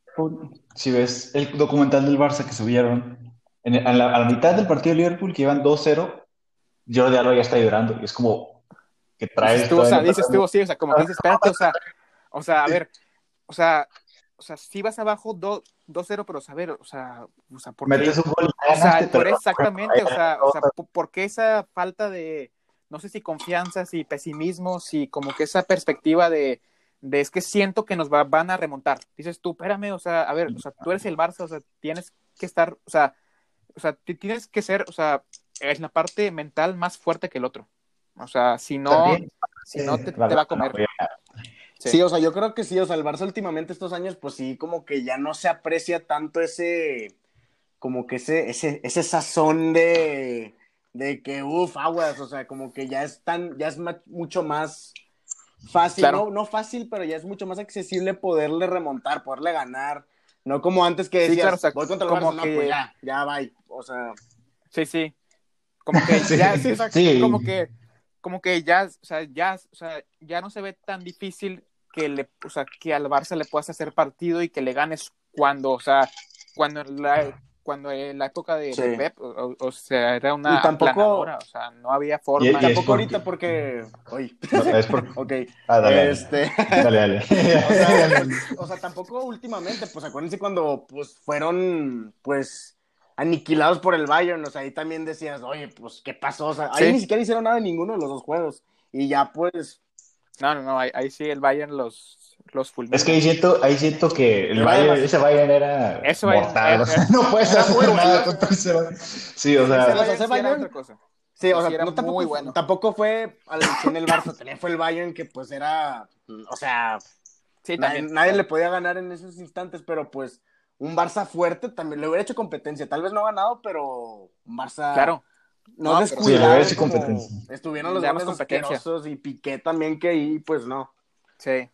si ves el documental del Barça que subieron, en el- a, la, a la mitad del partido de Liverpool, que iban dos cero, Jordi Alba ya está llorando. Y es como que Dices traes tú, o sea, todavía. dices tú, sí, o sea, como que dices, espérate, o sea, o sea, a ver, o sea, o sea, si vas abajo dos cero, pero a ver, o sea, o sea, ¿por Metes qué? un gol y O ya ganaste, sea, pero por no, exactamente, o sea, o sea, ¿por qué esa falta de, no sé si confianza, si pesimismo, si como que esa perspectiva de, de es que siento que nos va, van a remontar? Dices tú, espérame, o sea, a ver, o sea, tú eres el Barça, o sea, tienes que estar, o sea, o sea, tienes que ser, o sea, en la parte mental más fuerte que el otro. O sea, si no, también si no te, eh, la te va a gana, no comer. voy a ganar. Sí. Sí, o sea, yo creo que sí, o sea, el Barça últimamente estos años, pues sí, como que ya no se aprecia tanto ese, como que ese, ese, ese sazón de, de que, uff, aguas, o sea, como que ya es tan, ya es ma- mucho más fácil, Claro. no, no fácil, pero ya es mucho más accesible poderle remontar, poderle ganar, no como antes que Sí, claro, o decías, sea, voy contra el Barça, como no, pues que, ya, ya va, o sea, sí, sí, como que Sí, ya, sí, o sea, sí. como que, como que ya, o sea, ya, o sea, ya no se ve tan difícil que le, o sea, que al Barça le puedas hacer partido y que le ganes cuando, o sea, cuando en la, cuando en la época de, de sí. Pep, o, o sea, era Y una aplanadora, tampoco, o sea, no había Y, forma y y es tampoco ni, porque. ahorita porque, oye, No, es por. ok, Ah, dale, dale. este, Dale, dale. o sea, Dale, pues, dale. o sea, tampoco últimamente, pues acuérdense cuando, pues, fueron, pues, aniquilados por el Bayern, o sea, ahí también decías, oye, pues, ¿qué pasó? O sea, ahí sí, ni siquiera hicieron nada en ninguno de los dos juegos, y ya, pues, no, no, no, ahí, ahí sí el Bayern los, los Es que ahí fulmina. siento, ahí siento que el era Bayern, demasiado, ese Bayern era Ese Bayern mortal, era, o sea, era, no puedes era muy hacer nada bueno. contra ese Bayern. Sí, o Ese, ese sí, o sea, sea, Bayern ese sí era Bayern, otra cosa. sí, Sí, o sí sea, era no muy tampoco, fu- bueno. tampoco fue al cien el Barça, también fue el Bayern que, pues, era, o sea, Sí, nadie, también, nadie le claro. podía ganar en esos instantes, pero pues un Barça fuerte también le hubiera hecho competencia. Tal vez no ha ganado, pero un Barça Claro. no No, pero, o sí, le hubiera sea, descuidado hecho como competencia. estuvieron le los damos goles competencia. asquerosos y Piqué también que ahí, pues no. Sí,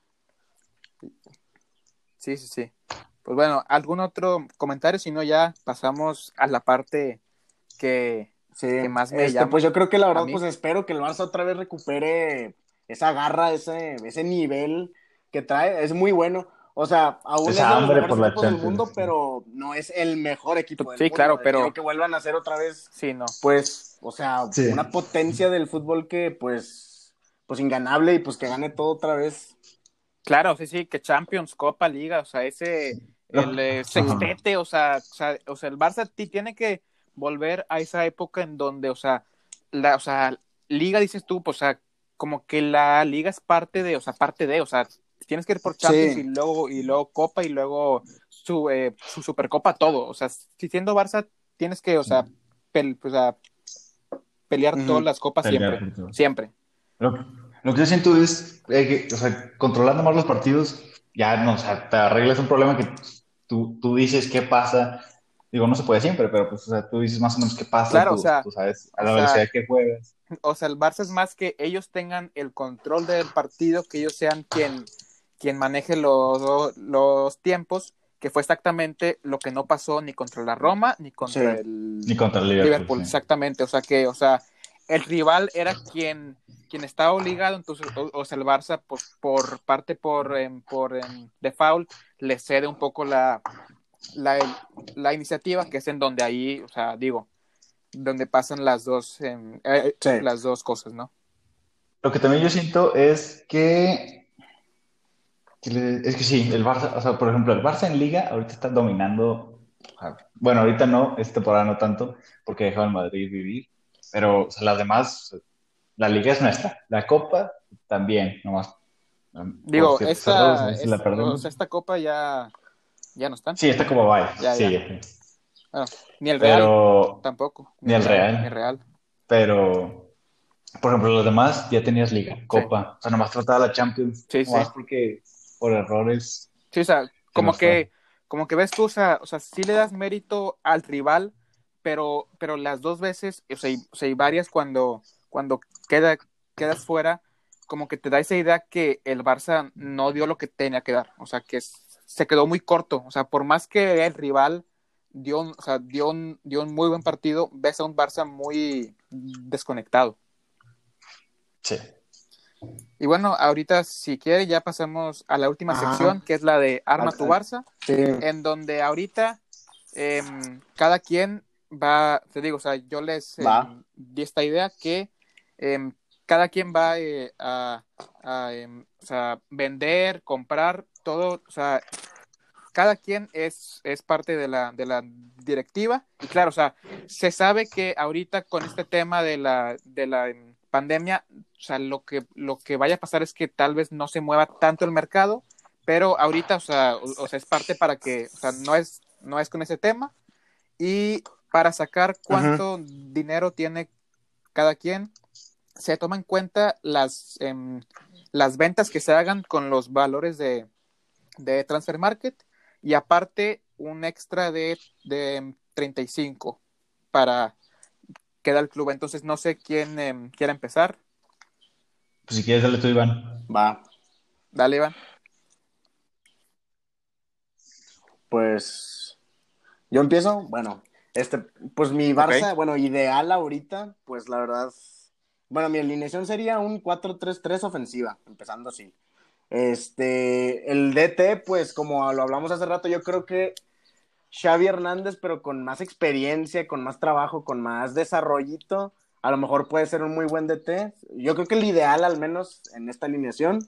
sí, sí, sí. Pues bueno, ¿algún otro comentario? Si no, ya pasamos a la parte que, Sí, que más me este, pues llama yo creo que la a verdad, pues mí. espero que el Barça otra vez recupere esa garra, ese, ese nivel que trae, es muy bueno. O sea, aún es Esa de los hambre mejores por la equipos del Champions. mundo, pero no es el mejor equipo del Sí, mundo. claro, Quiero pero que vuelvan a ser otra vez sí, no. pues, o sea, Sí. una potencia del fútbol que, pues, pues inganable y pues que gane todo otra vez. Claro, sí, sí, que Champions, Copa, Liga, o sea, ese, Lo- el eh, Ajá. sextete, o sea, o sea, o sea, el Barça ti- tiene que volver a esa época en donde, o sea, la, o sea, Liga dices tú, pues, o sea, como que la Liga es parte de, o sea, parte de, o sea, tienes que ir por Champions Sí. y luego y luego Copa y luego su, eh, su Supercopa, todo. O sea, si siendo Barça tienes que, o sea, pel- o sea, pelear todas Ujú. las copas Pelear siempre, por todo. siempre. Lo, lo que yo siento es eh, que, o sea, controlando más los partidos, ya no, o sea, te arreglas un problema que tú, tú dices qué pasa. Digo, no se puede siempre, pero pues, o sea, tú dices más o menos qué pasa, Claro, o tú, sea, tú sabes a o la sea, velocidad que juegas. o sea, el Barça es más que ellos tengan el control del partido, que ellos sean quien, quien maneje los, los tiempos, que fue exactamente lo que no pasó ni contra la Roma ni Sí. contra el Ni contra el Liverpool, Liverpool, sí. exactamente. O sea que, o sea, el rival era quien, quien estaba obligado, entonces, o, o sea, el Barça, pues, por parte por, em, por em, default, le cede un poco la, la, la iniciativa, que es en donde ahí, o sea, digo, donde pasan las dos, em, eh, Sí. las dos cosas, ¿no? Lo que también yo siento es que, que le- es que sí, el Barça, o sea, por ejemplo, el Barça en Liga ahorita está dominando, o sea, bueno, ahorita no, esta temporada no tanto, porque dejó al Madrid vivir, pero o sea, las demás, la Liga es nuestra, la Copa también, nomás um, por Digo, ciertos errores, a esta, veces la es, o perdemos. sea, esta copa ya, ya no están. Sí, está como vaya, Ya, sí, ya. ya sé. Bueno, ni el Real Pero tampoco, ni ni el el Real, ni el Real, Real. pero por ejemplo, los demás ya tenías Liga, Sí, Copa, o sea, nomás trataba la Champions, sí, sí. nomás porque por errores Sí, o sea, se como nos fue. que, como que ves tú, o sea, o sea, sí le das mérito al rival, pero, pero las dos veces, o sea, y, o sea, y varias cuando, cuando queda, quedas fuera, como que te da esa idea que el Barça no dio lo que tenía que dar, o sea, que s- se quedó muy corto, o sea, por más que el rival dio, un- o sea, dio un, dio un muy buen partido, ves a un Barça muy desconectado. Sí. Y bueno, ahorita si quiere ya pasamos a la última sección, Ajá. que es la de Arma Al- tu al- Barça, Sí. en donde ahorita eh, cada quien va, te digo, o sea, yo les eh, Va. di esta idea que eh, cada quien va eh, a, a eh, o sea, vender, comprar, todo, o sea, cada quien es, es parte de la, de la directiva y claro, o sea, se sabe que ahorita con este tema de la, de la em, pandemia, o sea, lo que, lo que vaya a pasar es que tal vez no se mueva tanto el mercado, pero ahorita, o sea, o, o sea, es parte para que, o sea, no es, no es con ese tema y para sacar Ujú. cuánto dinero tiene cada quien, se toma en cuenta las, em, las ventas que se hagan con los valores de, de Transfer Market y aparte un extra de, de treinta y cinco para queda el club. Entonces no sé quién eh, quiera empezar. Pues si quieres, dale tú, Iván. Va. Dale, Iván. Pues yo empiezo. Bueno, este, pues mi Ok. Barça, bueno, ideal ahorita, pues la verdad, bueno, mi alineación sería un cuatro tres tres ofensiva, empezando así. Este, el D T, pues como lo hablamos hace rato, yo creo que Xavi Hernández, pero con más experiencia, con más trabajo, con más desarrollito, a lo mejor puede ser un muy buen D T. Yo creo que el ideal, al menos en esta alineación.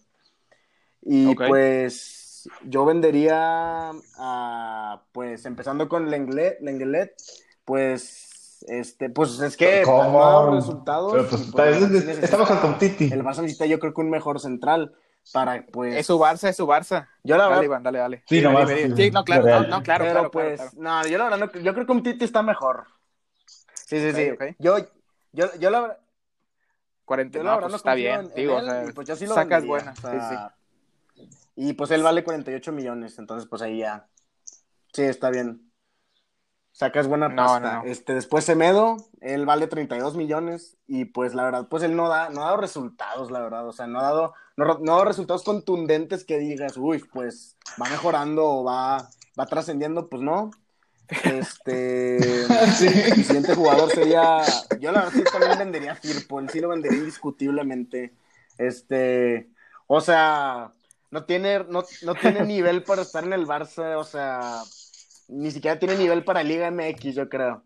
Y Ok. pues yo vendería a, pues empezando con Lenglet, Lenglet, pues, este, pues es que no ha dado ¿Cómo? Pero resultados pues y pues está, la verdad sí está mejor con necesita, el Titi. Barça necesita yo creo que un mejor central para Es su pues, Barça, es su Barça. yo la Dale, verdad, Iván, dale, dale. Sí, Dime, nomás, dime, dime. sí, Sí, no, la claro, no, no, real. claro, pero claro, claro, claro. pues, no, yo la verdad no, yo creo que un Titi está mejor. Sí, sí, Ok, sí. ok. Yo, yo, yo la, cuarenta, yo la no, verdad pues no está confío bien. en, en Digo, o él y sea, pues yo sí lo sacas vendería. buena. O Sí, sí. sea, y pues él vale cuarenta y ocho millones, entonces pues ahí ya, sí, está bien. Sacas buena No, no, pasta. no. Este, después Semedo, él vale treinta y dos millones y pues la verdad, pues él no da, no ha dado resultados, la verdad. O sea, no ha dado, no, no ha dado resultados contundentes que digas, uy, pues va mejorando o va, va trascendiendo, pues no. Este, mi Sí. siguiente jugador sería, yo la verdad sí también vendería a Firpo, él sí lo vendería indiscutiblemente. Este, o sea, no tiene, no, no tiene nivel para estar en el Barça, o sea, ni siquiera tiene nivel para Liga M X, yo creo.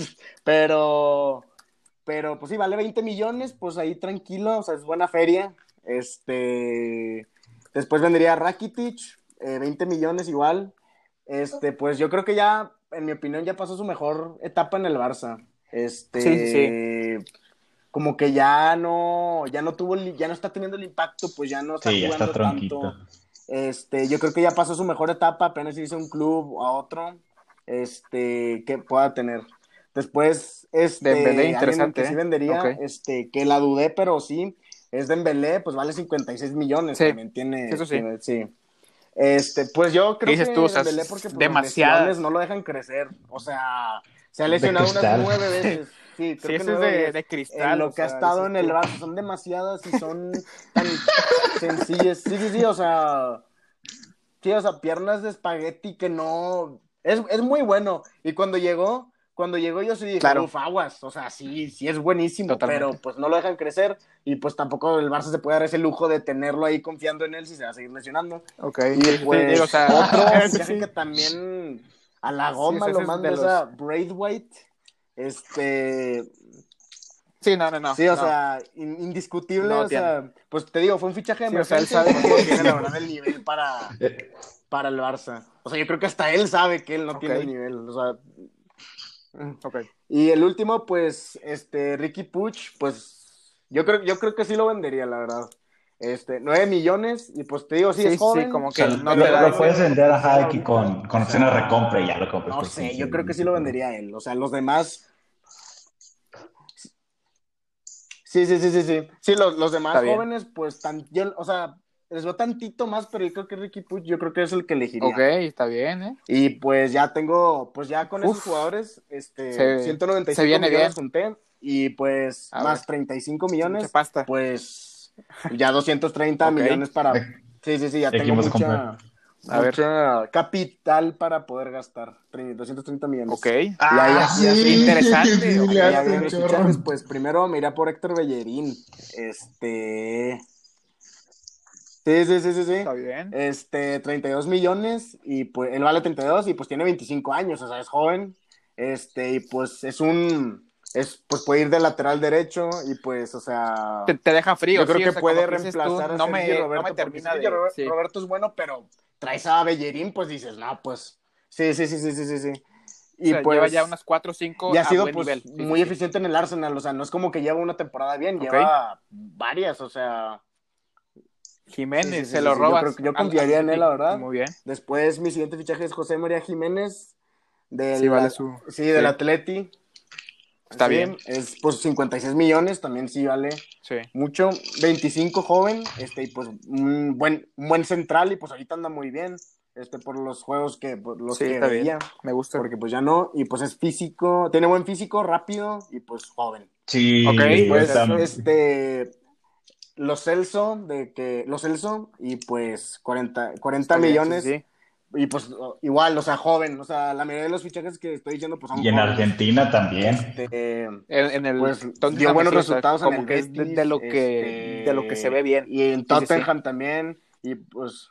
Pero, pero pues sí, vale veinte millones, pues ahí tranquilo, o sea, es buena feria. Este, después vendría Rakitic, eh, veinte millones igual. Este, pues yo creo que ya, en mi opinión, ya pasó su mejor etapa en el Barça. Sí, sí, sí. Este, como que ya no, ya no tuvo, ya no está teniendo el impacto, pues ya no está Sí, ya está jugando tronquito. tanto. Este, yo creo que ya pasó su mejor etapa, apenas irse a un club o a otro, este, que pueda tener. Después, Dembélé, este, alguien interesante, que sí ¿eh? Ok. vendería, este, que la dudé, pero sí, es Dembélé, pues vale cincuenta y seis millones, Sí, también sí, tiene, eso sí. tiene, sí. Este, pues yo ¿Qué creo dices tú? O que sea, Dembélé es porque pues las lesiones no demasiadas. lo dejan crecer, o sea, se ha De lesionado unas cristal. nueve Sí, veces, sí, sí, creo que ese es nueve o de, diez, de en cristal, o lo que ha sea, estado dices en el tú. Barça, son demasiadas y son tan sencillas, sí, sí, sí, o sea, sí, o sea, piernas de espagueti que no, es, es muy bueno, y cuando llegó, cuando llegó yo sí dije, Claro, uff, aguas, o sea, sí, sí es buenísimo, pero totalmente. pues no lo dejan crecer, y pues tampoco el Barça se puede dar ese lujo de tenerlo ahí confiando en él si se va a seguir lesionando. Ok, Y sí, sí, sí, digo, o pues sea, otro ese fichaje que sí, también a la sí, o goma sea, lo ese es de manda es a los... Braithwaite. Este, Sí, no, no, no, sí, o no, sea, in- indiscutible, no o tiene. sea, pues te digo, fue un fichaje de Sí, o sea, él emergencia y sabe pues no que... tiene la verdad el nivel para, para el Barça. O sea, yo creo que hasta él sabe que él no Ok, tiene el nivel, o sea, ok. y el último, pues, este, Ricky Puig, pues, yo creo, yo creo que sí lo vendería, la verdad. Este, nueve millones, y pues te digo, sí, es Sí, sí, sí, joven, como O sea, que no te pero lo, da yo lo no le puedes ese... veo vender a potencial Haki ahorita. con, O con opción de recompra y sea, ya lo compras no por sé, quince yo creo que sí veinte lo pero... vendería a él. O sea, los demás, sí, sí, sí, sí, sí. Sí, los, los Está demás bien. jóvenes, pues, tan, yo, o sea, les veo tantito más, pero yo creo que Ricky Puig, yo creo que es el que Ok, elegiría. está bien, ¿eh? Y pues ya tengo, pues ya con esos Uf, jugadores, este, se, ciento noventa y se cinco viene millones bien. junté y pues A ver, más treinta y cinco es mucha millones, pasta. pues ya doscientos treinta Ok, millones para, sí, sí, sí, ya ¿Y a tengo quién vas a comprar? mucha, a ver, mucha capital para poder gastar, doscientos treinta ok. millones. Y ahí, Ah, y sí, así, Interesante, sí, ok, le y ya hace vienen un los chorro. fichajes, pues primero me irá por Héctor Bellerín, este, sí, sí, sí, sí, sí. está bien. Este, treinta y dos millones y pues él vale treinta y dos y pues tiene veinticinco años, o sea, es joven. Este, y pues es un, es, pues puede ir de lateral derecho y pues, o Te, sea, te deja yo frío, creo sí, o que sea, como puede que dices tú, reemplazar a no Sergi me, no me Roberto, porque termina Sergi de, Ro- sí, Roberto es bueno, pero traes a Bellerín, pues dices, no, pues, sí, sí, sí, sí, sí, sí, sí. o Y sea, lleva ya pues, unas cuatro o y cinco ha a sido buen pues nivel, sí, sí, muy sí. eficiente en el Arsenal, o sea, no es como que lleva una temporada bien, Ok, lleva varias, o sea. Sí, sí, Jiménez, sí, se sí, lo sí. Yo creo robas que yo al, al confiaría en él, la City, verdad. muy bien. Después, mi siguiente fichaje es José María Jiménez Sí, del, vale su, sí, sí, del Atleti. está Sí, bien, es pues cincuenta y seis millones, también sí vale sí, mucho. Veinticinco joven, este, y pues un buen, un buen central, y pues ahorita anda muy bien, este, por los juegos que, por los sí, que está bien, veía, me gusta. porque pues ya no, y pues es físico, tiene buen físico, rápido, y pues joven. Ok, Sí, eso, Después, está... eso, este, los Celso, de que, los Celso, y pues cuarenta cuarenta está bien, sí, sí, millones, sí. y pues igual, o sea, joven, o sea, la mayoría de los fichajes que estoy diciendo pues son Y en jóvenes. Argentina también. Este, En, en el pues dio Tottenham, buenos sí, o sea, resultados en como el que es de, de Betis, lo que, de lo que se ve este, bien, y en sí, sí, sí, Tottenham también, y pues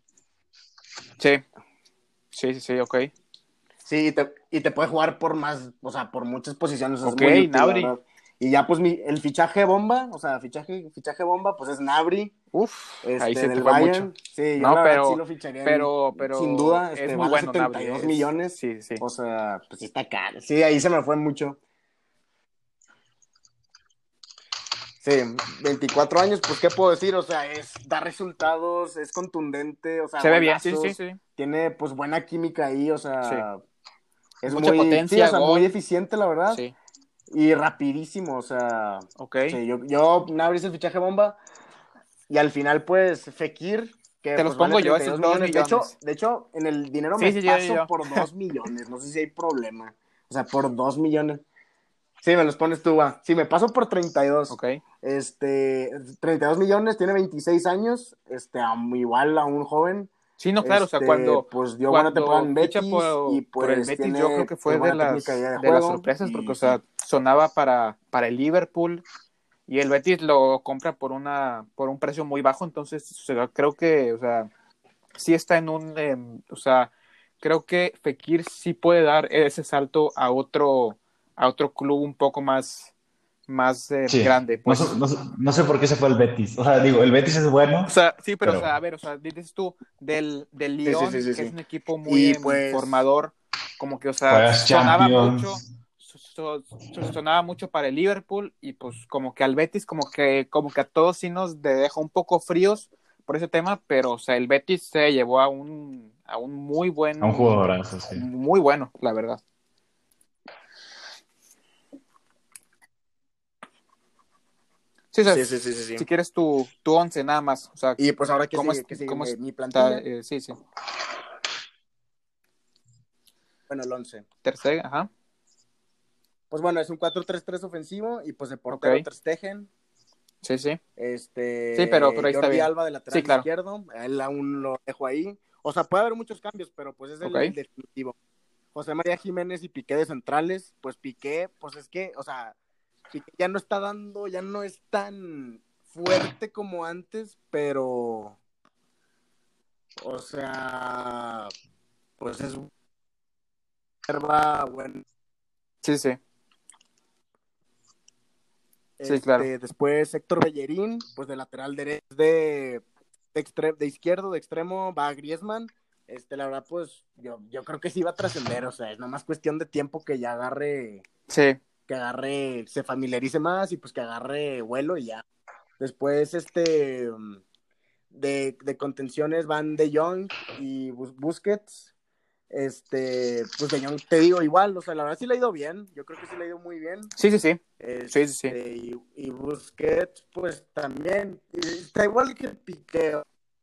sí, sí, sí, sí, ok. sí, y te, y te puede jugar por más, o sea, por muchas posiciones, es Ok, muy útil, la Nabri, verdad. Y ya pues mi, el fichaje bomba, o sea, fichaje, fichaje bomba, pues es Nabri, uf, ahí este, se te del fue mucho. Bayern. Sí, yo No, la verdad sí pero, lo ficharía en- pero, sin pero duda, es este, muy vale bueno setenta Nabri, y dos eh, es, millones, sí, sí, o sea, pues sí está caro. Sí, ahí se me fue mucho. Sí, veinticuatro años, pues qué puedo decir, o sea, es da resultados, es contundente, o sea, se ve bien, sí, sí, golazos, sí, tiene pues buena química ahí, o sí, sea, es mucha muy, sí, o potencia, sea, muy gol, eficiente, la verdad, sí, y rapidísimo, o sea, ok. sí, yo, yo Gnabry es el fichaje bomba, y al final, pues, Fekir, que Te los pues vale pongo yo, treinta y esos dos dos millones, de hecho, millones. de hecho, en el dinero Sí, me sí, yo, yo, paso yo. por dos millones, no sé si hay problema, o sea, por dos millones. Sí, me los pones tú, va. Sí, me paso por treinta y dos. Ok. Este, treinta y dos millones, tiene veintiséis años, este, a- igual a un joven. Sí, no, claro, o sea, Este, cuando, pues dio buena temporada cuando en ficha Betis y por, por el pues Betis, yo creo tiene que pues fue de buena técnica las, ya de de las juego sorpresas, porque, o y sea, sí. sonaba para, para el Liverpool y el Betis lo compra por una, por un precio muy bajo, entonces, o sea, creo que, o sea, sí está en un, eh, o sea, creo que Fekir sí puede dar ese salto a otro, a otro club un poco más, más eh, Sí. grande, No sé, pues. no sé- no sé por qué se fue el Betis. O sea, digo, el Betis es O bueno, sea, sí, pero, o pero sea, a ver, o sea, dices tú, del, del Sí, sí, sí, Lyon, sí, que es sí. un equipo muy Y em, pues formador, como que, o sea, juegas sonaba mucho, Champions. so- so- so- sonaba mucho para el Liverpool, y pues como que al Betis, como que, como que a todos sí nos de- dejó un poco fríos, por ese tema, pero o sea, el Betis se llevó a un, a un muy A un buen, jugadorazo, sí. muy bueno, la verdad. Sí, o sea, Sí, sí, sí, sí, sí. si quieres tu, tu once nada más, o sea, Y pues ahora que ¿cómo, sigue, es, que sigue cómo mi, mi está? plantilla. Eh, sí, sí. Bueno, el once. Ter Stegen, ajá. Pues bueno, es un cuatro tres tres ofensivo y pues el portero Ok. Ter Stegen. Sí, sí. Este, Sí, pero, pero ahí está Jordi bien. Alba de Sí, lateral claro. izquierdo, él aún lo dejo ahí. O sea, puede haber muchos cambios, pero pues es el, Ok. el definitivo. José María Jiménez y Piqué de centrales, pues Piqué, pues es que, o sea, Piqué ya no está dando, ya no es tan fuerte como antes, pero, o sea, pues es va bueno. Sí, sí. Sí, claro. Este, después Héctor Bellerín, pues de lateral derecho, de, de, extre- de izquierdo, de extremo, va Griezmann. Este, la verdad, pues yo, yo creo que sí va a trascender, o sea, es nomás cuestión de tiempo que ya agarre, Sí. que agarre, se familiarice más y pues que agarre vuelo y ya. Después, este, de, de contenciones van De Jong y Bus- Busquets. Este, pues De Jong, te digo igual, o sea, la verdad sí le ha ido bien, yo creo que sí le ha ido muy bien. Sí, sí, sí. Sí, sí, sí. Este, y, y Busquets, pues también, está igual que Piqué,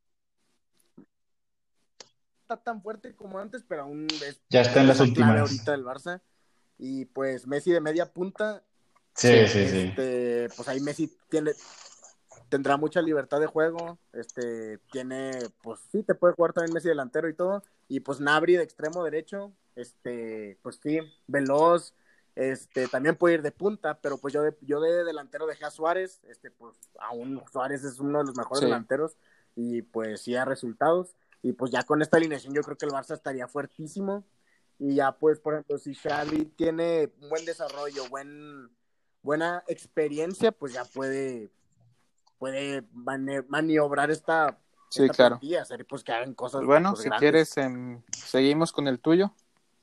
está tan fuerte como antes, pero aún es Ya está en las pieza clave últimas. ahorita del Barça. Y pues Messi de media punta, Sí, sí, sí. este, pues ahí Messi tiene, tendrá mucha libertad de juego, este, tiene, pues sí, te puede jugar también Messi delantero y todo, y pues Nabri de extremo derecho, este, pues sí, veloz, este, también puede ir de punta, pero pues yo de, yo de delantero dejé a Suárez, este, pues aún Suárez es uno de los mejores Sí. delanteros, y pues sí da resultados, y pues ya con esta alineación yo creo que el Barça estaría fuertísimo, y ya pues, por ejemplo, si Xavi tiene un buen desarrollo, buen, buena experiencia, pues ya puede puede mani- maniobrar esta, Sí, esta claro. plantilla, hacer pues que hagan Pues cosas bueno, pues si grandes. quieres, em, seguimos con el tuyo.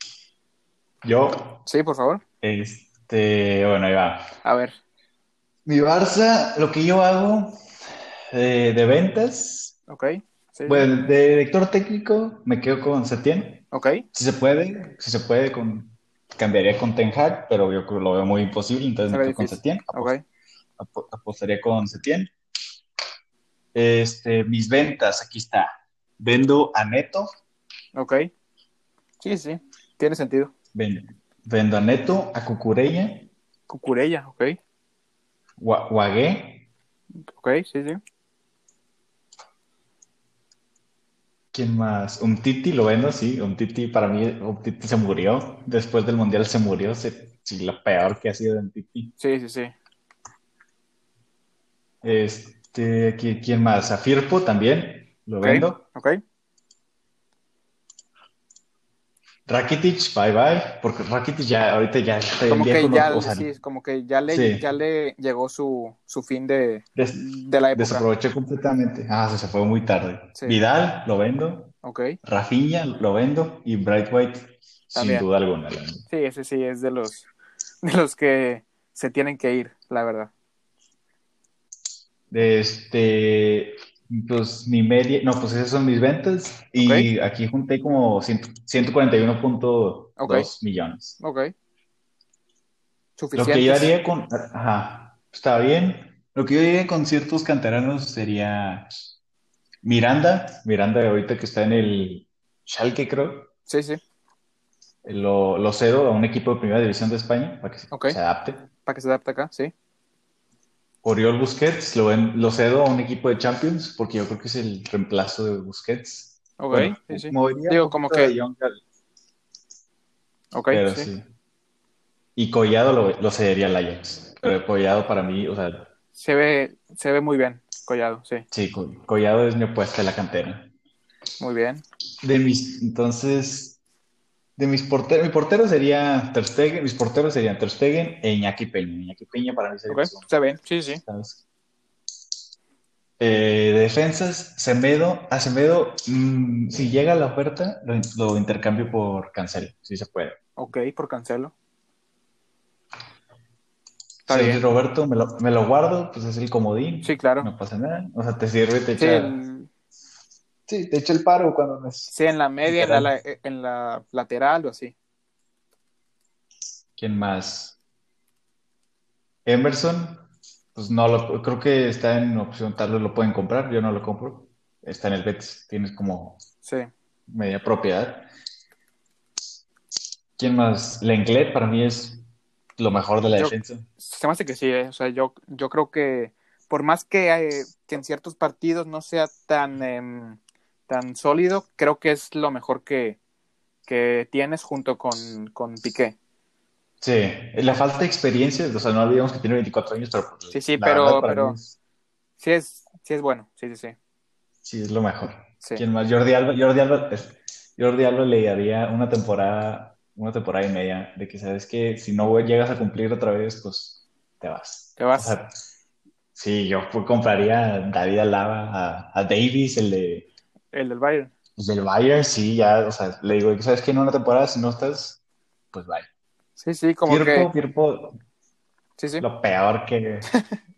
Yo, Sí, por favor. este, bueno, ahí va. A ver. Mi Barça, lo que yo hago eh, de ventas, Ok. Sí, sí. bueno, de director técnico me quedo con Setién. Ok. Si se puede, si se puede, con, cambiaría con Ten Hag, pero yo creo que lo veo muy imposible, entonces Se me ve quedo con difícil. Setién. Ok. Apos- apo- apostaría con Setién. Este, mis ventas, aquí está. Vendo a Neto, Ok. Sí, sí. Tiene sentido. vendo, vendo a Neto, a Cucurella, Cucurella. Ok. Gua- Guagué. Ok. Sí, sí. ¿Quién más? Un Titi lo vendo, sí. Un Titi para mí, un Titi se murió. Después del Mundial se murió. Se, sí, lo peor que ha sido un Titi. Sí, sí, sí. Este, ¿qui- ¿quién más? A Firpo también lo Ok. vendo. Ok. Rakitic, bye bye. Porque Rakitic ya, ahorita ya está bien Como viejo, que no, ya, o le- sea, sí, como que ya le, sí, ya le llegó su, su fin de, des- de la época. desaprovechó completamente. Ah, se fue muy tarde. Sí. Vidal, lo vendo. Ok. Rafinha, lo vendo. Y Bright White, sin También. duda alguna. Lo vendo. Sí, ese sí es de los, de los que se tienen que ir, la verdad. Este, pues mi media, no, pues esas son mis ventas Ok. y aquí junté como cien ciento cuarenta y uno punto Ok. dos millones. Ok. Lo que yo Suficientes. haría con, ajá, está bien. Lo que yo haría con ciertos canteranos sería Miranda, Miranda ahorita que está en el Schalke, creo, Sí, sí. lo, lo cedo a un equipo de primera división de España para que se, Ok. se adapte. Para que se adapte acá, sí. Oriol Busquets lo, ven- lo cedo a un equipo de Champions porque yo creo que es el reemplazo de Busquets. Ok, Bueno, sí, sí. movería un Digo, como poquito de que, Jong, ok, pero sí. sí. Y Collado lo, lo cedería al Ajax. Pero Collado para mí, o sea, Se ve, se ve muy bien, Collado, sí. sí, Co- Collado es mi apuesta de la cantera. Muy bien. De mis, entonces, de mis porteros, mi portero sería Ter Stegen, mis porteros serían Ter Stegen e Iñaki Peña. Iñaki Peña para mí sería Ok, mi segundo se ve, portero, sí, sí. ¿sabes? Eh, de defensas, Semedo, a Semedo, mm, si llega la oferta, lo, lo intercambio por Cancelo, si se puede. Ok, por Cancelo. Está Sergio bien. Roberto me lo, me lo guardo, pues es el comodín, Sí, claro. no pasa nada. O sea, te sirve, te Sí, echa. Sí, te echa el paro cuando no es Sí, en la media, en la, literal. la- en la lateral o así. ¿Quién más? Emerson, pues no lo, creo que está en opción, tal vez lo pueden comprar, yo no lo compro. Está en el Betis, tienes como Sí. media propiedad. ¿Quién más? Lenglet para mí es lo mejor de la Yo, defensa. se me hace que sí, eh. O sea, yo, yo creo que por más que, eh, que en ciertos partidos no sea tan, em, tan sólido, creo que es lo mejor que, que tienes junto con, con Piqué. Sí, la falta de experiencia, o sea, no olvidemos que tiene veinticuatro años, pero Sí, sí, la verdad pero, para mí pero es, sí es, sí es bueno, sí, sí, sí. sí es lo mejor. Sí. ¿Quién más? Jordi Alba, Jordi Alba, es- Jordi Alba le daría una temporada, una temporada y media de que sabes que si no llegas a cumplir otra vez, pues te vas. ¿Te O vas? sea, sí, yo pues, compraría a David Alaba, a, a Davis, el de El del Bayern. el del Bayern, sí, ya, o sea, le digo, sabes que en una temporada si no estás, pues bye. Sí, sí, como que, Firpo, Firpo, sí, sí. lo peor que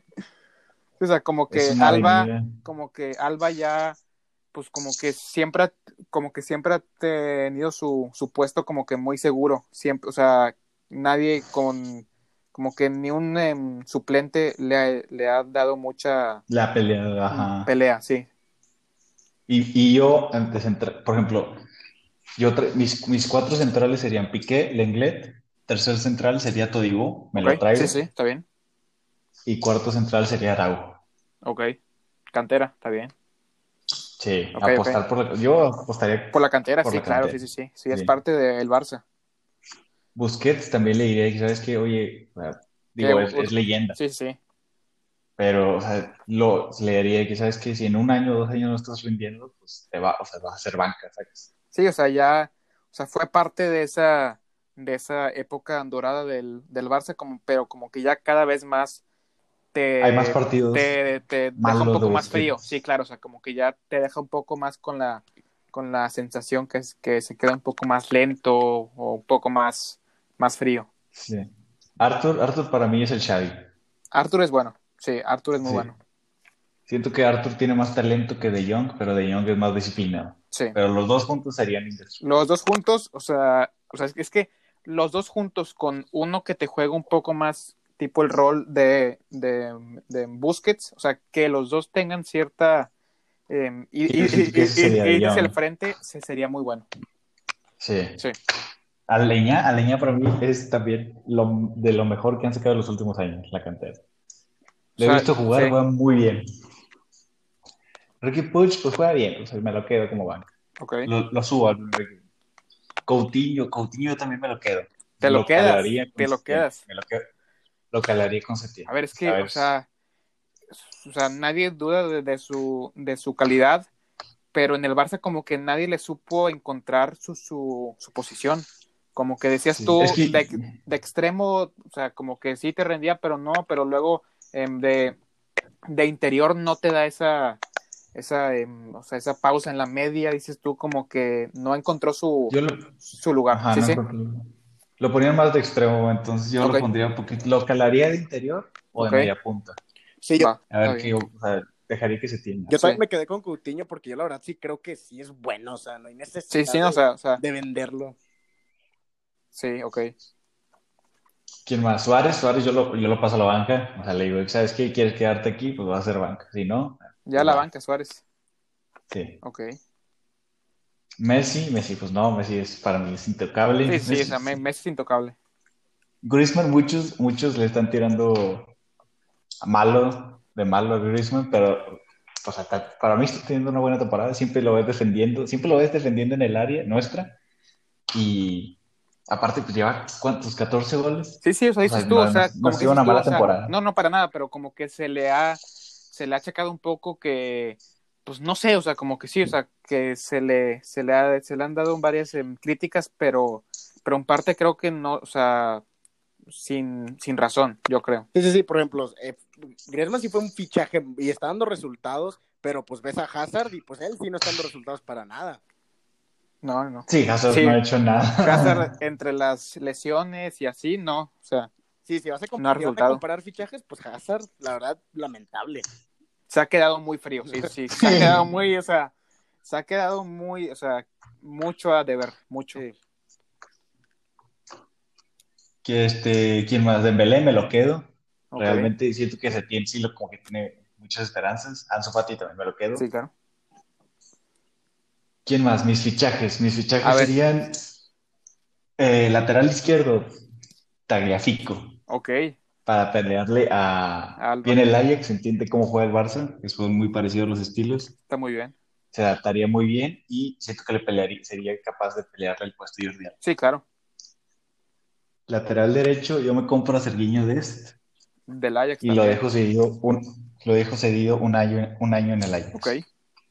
O sea, como es que una Alba, avenida. como que Alba ya, pues como que siempre, ha- como que siempre ha tenido su, su puesto como que muy seguro. Siempre, o sea, nadie con, como que ni un em, suplente le ha, le ha dado mucha La pelea, mm, ajá. pelea, sí. Y, y yo, antes, entra- por ejemplo, yo tra- mis, mis cuatro centrales serían Piqué, Lenglet, tercer central sería Todibo, me Ok, lo sí, traigo, sí, está bien. y cuarto central sería Araujo. Ok, cantera, está bien. Sí, Ok, ok. apostar por la, yo apostaría Por la cantera, por sí, la claro, sí, cantera. sí, sí. Sí, es Sí. parte del Barça. Busquets también le diría que, ¿sabes qué? Oye, o sea, Que, digo, es, ur- es leyenda, sí, sí, sí. pero, o sea, lo, le diría que, ¿sabes qué? Si en un año o dos años no estás rindiendo, pues te va, o sea, vas a hacer banca, ¿sabes? Sí, o sea, ya, o sea, fue parte de esa, de esa época dorada del, del Barça, como, pero como que ya cada vez más Hay más te, partidos te, te deja un malos de poco más frío. Sí, Busquets. claro, o sea, como que ya te deja un poco más con la, con la sensación que es que se queda un poco más lento o un poco más, más frío. Sí. Arthur, Arthur para mí es el Xavi. Arthur es bueno, sí, Arthur es muy Sí. bueno, Siento que Arthur tiene más talento que De Jong, pero De Jong es más disciplinado. sí. Pero los dos juntos serían Los indestructibles. dos juntos, o sea, o sea, es que, es que los dos juntos con uno que te juega un poco más tipo el rol de, de, de Busquets, o sea, que los dos tengan cierta eh, y, Sí, y, yo siento que y, ese y, sería y De irte hacia el Jong. frente se sería muy bueno. Sí. Sí, Aleña, Aleña para mí es también lo, de lo mejor que han sacado en los últimos años, la cantera. o Lo he sea, visto sí, jugar, juega muy bien. Ricky Puig, pues juega bien, o sea, me lo quedo como banca. ok. Lo, lo subo al primer equipo. Coutinho, Coutinho yo también me lo quedo. Te lo Lo quedas, calaría con te lo Setién. quedas. Me lo, quedo, lo calaría con A Setién. ver, es A que, o ver, sea, o sea, nadie duda de, de su, de su calidad, pero en el Barça como que nadie le supo encontrar su, su, su posición. Como que decías sí, es tú, que de, de extremo, o sea, como que sí te rendía, pero no, pero luego eh, de, de interior no te da esa, esa, eh, o sea, esa pausa en la media, dices tú, como que no encontró su, yo lo, su lugar. ajá, Sí, no sí, encuentro- lo ponía más de extremo, entonces yo ok, lo pondría un poquito, lo calaría de interior o de ok, media punta. Sí, yo, va, A está ver qué, bien. o sea, dejaría que se tienda. yo Sí, también me quedé con Coutinho porque yo la verdad sí creo que sí es bueno, o sea, no hay sí, sí, necesidad no, o de, sea, o sea, de venderlo. sí, ok. ¿Quién más? Suárez, Suárez yo lo, yo lo paso a la banca, o sea, le digo, ¿sabes qué? ¿Quieres quedarte aquí? Pues va a ser banca, si no, Ya pues la bye. banca, Suárez. Sí. Ok. Messi, Messi, pues no, Messi es para mí es intocable. Sí, sí, o Messi, sea, Me- Messi es intocable. Griezmann, muchos, muchos le están tirando a malo, de malo a Griezmann, pero o sea, ta- para mí está teniendo una buena temporada, siempre lo ves defendiendo, siempre lo ves defendiendo en el área nuestra y aparte pues lleva cuántos, catorce goles, Sí, sí, o sea, o sea, dices tú, no, o no, sea, no ha como que sido dices una tú, o mala sea, temporada. no, no para nada, pero como que se le ha, se le ha achacado un poco que, pues no sé, o sea, como que sí, o sea, que se le, se le ha, se le han dado varias em, críticas, pero, pero en parte creo que no, o sea, sin, sin razón, yo creo. Sí, sí, sí, por ejemplo, eh, Griezmann sí fue un fichaje y está dando resultados, pero pues ves a Hazard y pues él sí no está dando resultados para nada. No, no. Sí, Hazard no ha Sí, hecho nada. Hazard entre las lesiones y así, no, o sea, Sí, si vas a, no ha si vas a resultado. comparar fichajes, pues Hazard, la verdad, lamentable. Se ha quedado muy frío, sí, sí, se ha quedado muy, o sea, se ha quedado muy, o sea, mucho a deber, mucho. Sí. Que este, ¿quién más? Dembélé me lo quedo. Ok, Realmente siento que Setién sí lo, como que tiene muchas esperanzas. Ansu Fati también me lo quedo. sí, claro. ¿Quién más? Mis fichajes. Mis A fichajes ver, serían eh, lateral izquierdo, Tagliafico, ok, para pelearle a... Alba, Viene el Ajax, entiende cómo juega el Barça, que son muy parecidos los estilos. está muy bien. Se adaptaría muy bien y siento que le pelearía, sería capaz de pelearle el puesto de Jordi Alba. Sí, claro, Lateral derecho, yo me compro a Sergiño Dest del Ajax y lo también, dejo cedido un, lo dejo cedido un año, un año en el ok, Ajax.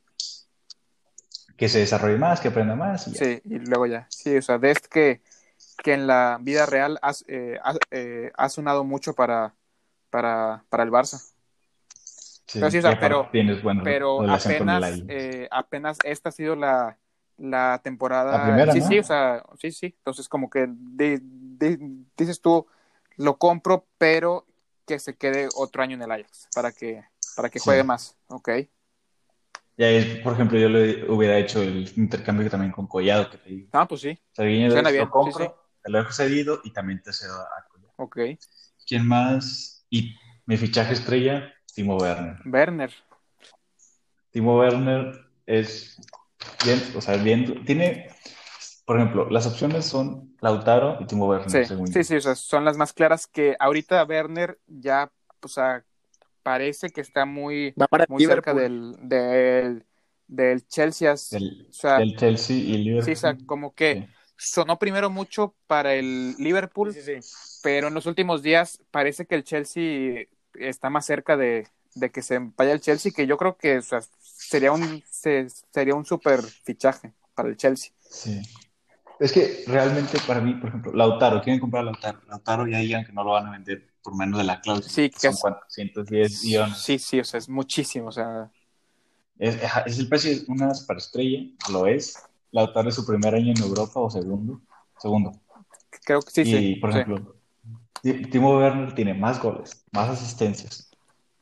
Que se desarrolle más, que aprenda más y ya. sí, y luego ya, sí, o sea, Dest que, que en la vida real ha, eh, ha, eh, ha sonado mucho para, para, para el Barça. Pero sí, Sí, o y sea, aparte pero, tienes buena pero relación con el apenas, Ajax. eh, apenas esta ha sido la, la La temporada, primera, sí, sí, o ¿no? sea, sí, sí, entonces como que di- di- dices tú, lo compro, pero que se quede otro año en el Ajax, para que, para que Sí. juegue más, ok. Y ahí, por ejemplo, yo le hubiera hecho el intercambio también con Collado, que te digo. Ah, pues sí, Sabiño suena es, lo bien, sí, sí, compro, te lo dejo cedido y también te cedo a Collado. ok. ¿Quién más? Y mi fichaje estrella, Timo Werner. Werner, Timo Werner es bien, o sea, bien, tiene, por ejemplo, las opciones son Lautaro y Timo sí, Werner, según yo. sí, sí, o sea, son las más claras que ahorita Werner ya, o sea, parece que está muy, Va para muy cerca Liverpool. del, del, del Chelsea. as- Del, O sea, del Chelsea y sí, o sea, Liverpool. como que Sí, sonó primero mucho para el Sí, Liverpool, sí, sí. pero en los últimos días parece que el Chelsea está más cerca de, de que se vaya el Chelsea, que yo creo que o sea, sería un se- sería un súper fichaje para el Chelsea. sí. Es que realmente para mí, por ejemplo, Lautaro, quieren comprar a Lautaro. Lautaro ya digan que no lo van a vender por menos de la cláusula, Sí, que que son es, cuatrocientos diez sí, millones. sí, o sea, es muchísimo, o sea, Es, ajá, es el precio de una superestrella, lo es. Lautaro es su primer año en Europa o segundo. Segundo. creo que sí, sí, Y, por sí, ejemplo, Ti- Timo Werner tiene más goles, más asistencias.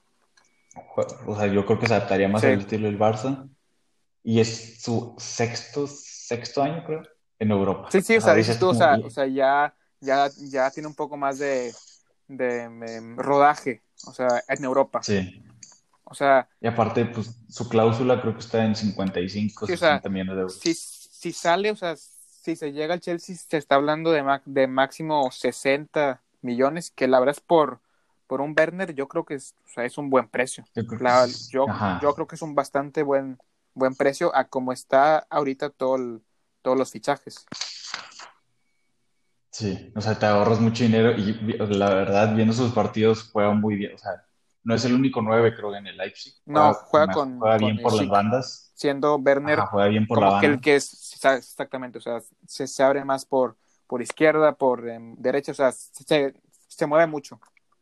O sea, yo creo que se adaptaría más sí. al estilo del Barça. Y es su sexto, sexto año, creo, en Europa. Sí, sí, o O sea, sea, dices dices tú, tú o como, sea, o y- sea, ya, ya, ya tiene un poco más de, de, em, rodaje, o sea, en Europa. sí. O sea, Y aparte, pues su cláusula creo que está en cincuenta y cinco, sí, o sea, sesenta millones de si, euros. si sale, o sea, si se llega al Chelsea, se está hablando de, ma- de máximo sesenta millones, que la verdad es por, por un Werner, yo creo que es, o sea, es un buen precio. Yo creo que La, es, yo, ajá, yo creo que es un bastante buen, buen precio a como está ahorita todo el- todos los fichajes. sí. O sea, te ahorras mucho dinero y vi- la verdad, viendo sus partidos, juega muy bien. O sea, no es el único nueve, creo, en el Leipzig. No, Juega, juega mej- con, juega con bien eh, por las Schick, bandas. siendo Ajá, Werner juega bien por la como que el banda. que es exactamente, o sea, se, se abre más por, por izquierda, por eh, derecha, o sea, se, se mueve mucho.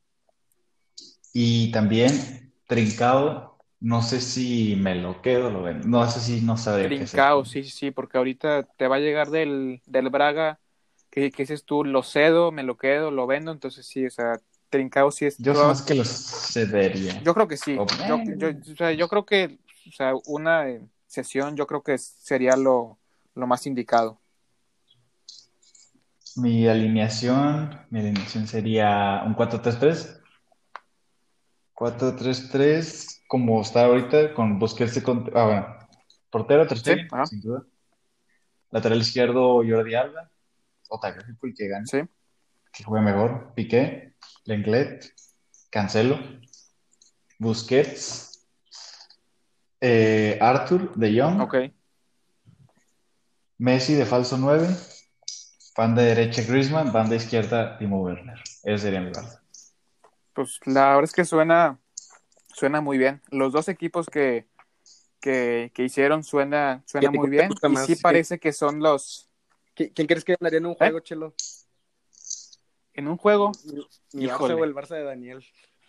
Y también Trincao, no sé si me lo quedo, lo vendo. No sé si no sabría qué hacer Trincao, con él. sí, sí, sí, porque ahorita te va a llegar del, del Braga, que, que dices tú, lo cedo, me lo quedo, lo vendo, entonces sí, o sea, Trincao sí es Yo sé todo, más que los cedería. yo creo que sí, O, yo, eh, yo, o sea, yo creo que, o sea, una eh, sesión, yo creo que sería lo, lo más indicado. mi alineación, mi alineación sería un cuatro tres tres. cuatro tres tres, como está ahorita, con Busquets de cont- ah, bueno, portero Ter Sí, Stegen, ajá, sin duda. Lateral izquierdo Jordi Alba, o Tagliafico, y que gane, sí, que juegue mejor. Piqué, Lenglet, Cancelo, Busquets, eh, Arthur de Jong, ok. Messi de falso nueve, banda derecha Griezmann, banda izquierda Timo Werner. Ese sería mi Barça. Pues la verdad es que suena, suena muy bien. Los dos equipos que, que, que hicieron suena, ¿Qué suena muy equipo te bien gusta y sí más? ¿Quién, parece que son los quién- quién crees que ganaría en un ¿eh? juego, Chelo? En un juego, ¿Mi, mi Barça o híjole, el Barça de Daniel?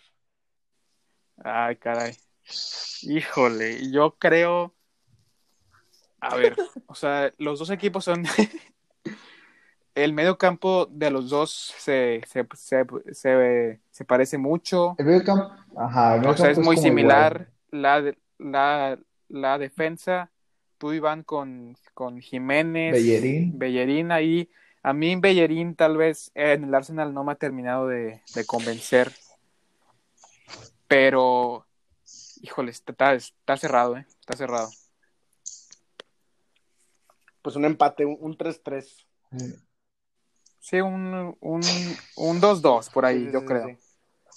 ay caray, híjole, yo creo, a ver, o sea, los dos equipos son, el medio campo de los dos se, se, se, se, se parece mucho, El medio campo, ajá, el o medio sea, es campo es muy como igual. similar, la, la, la defensa. tú Iván con, con Jiménez, Bellerín. Bellerín ahí. A mí Bellerín tal vez en el Arsenal no me ha terminado de, de convencer, pero híjole, está, está cerrado, ¿eh? Está cerrado. Pues un empate, un tres tres. Sí, un, un, un dos dos por ahí, Sí, sí, yo sí, creo. sí.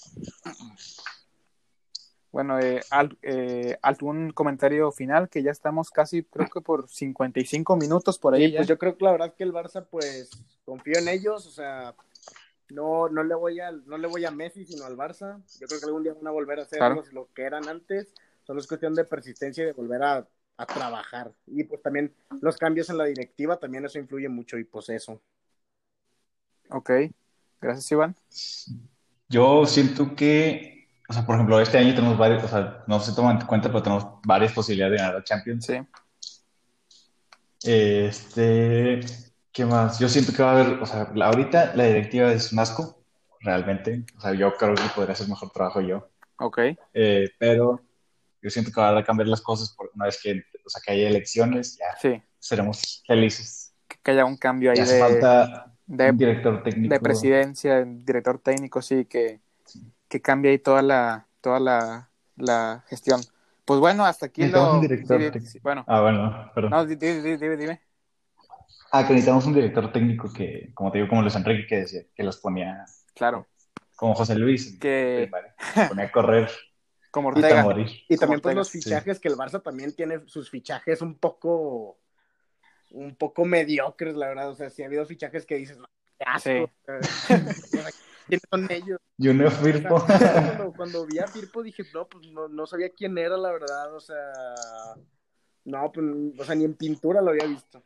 Bueno, eh, al, eh, ¿algún comentario final? Que ya estamos casi, creo que por cincuenta y cinco minutos por ahí Sí, ya. pues yo creo que la verdad que el Barça, pues, confío en ellos, o sea, no, no le voy a, no le voy a Messi, sino al Barça. Yo creo que algún día van a volver a ser Claro. los, lo que eran antes. Solo es cuestión de persistencia y de volver a, a trabajar. Y pues también los cambios en la directiva, también eso influye mucho, y pues eso. Ok, gracias Iván. Yo siento que, o sea, por ejemplo, este año tenemos varios, o sea, no se toman en cuenta, pero tenemos varias posibilidades de ganar la Champions. Sí, Este, ¿qué más? Yo siento que va a haber, o sea, la- ahorita la directiva es un asco, realmente. O sea, yo creo que podría hacer mejor trabajo yo. ok. Eh, pero yo siento que va a cambiar las cosas por una vez que, o sea, que haya elecciones, ya Sí, seremos felices. que haya un cambio ahí Ya hace de, falta de, un director de técnico. presidencia, director técnico, sí, que, que cambie ahí toda la, toda la, la gestión. Pues bueno, hasta aquí Necesitamos un lo... Sí, director técnico. sí, bueno, Ah, bueno, no, perdón. di- di- di- dime, dime. Ah, que necesitamos un director técnico que, como te digo, como Luis Enrique, que decía, que los ponía, Claro, como José Luis en la que primaria, los ponía a correr como hasta Ortega, morir. Y como también pues Ortega. los Sí. fichajes, que el Barça también tiene sus fichajes un poco, un poco mediocres, la verdad. O sea, sí ha habido fichajes que dices, no, qué asco. Sí. O sea, ¿quiénes son ellos? Junior O sea, Firpo. justo cuando, cuando vi a Firpo dije, no, pues no, no sabía quién era, la verdad. O sea, no, pues, o sea, ni en pintura lo había visto.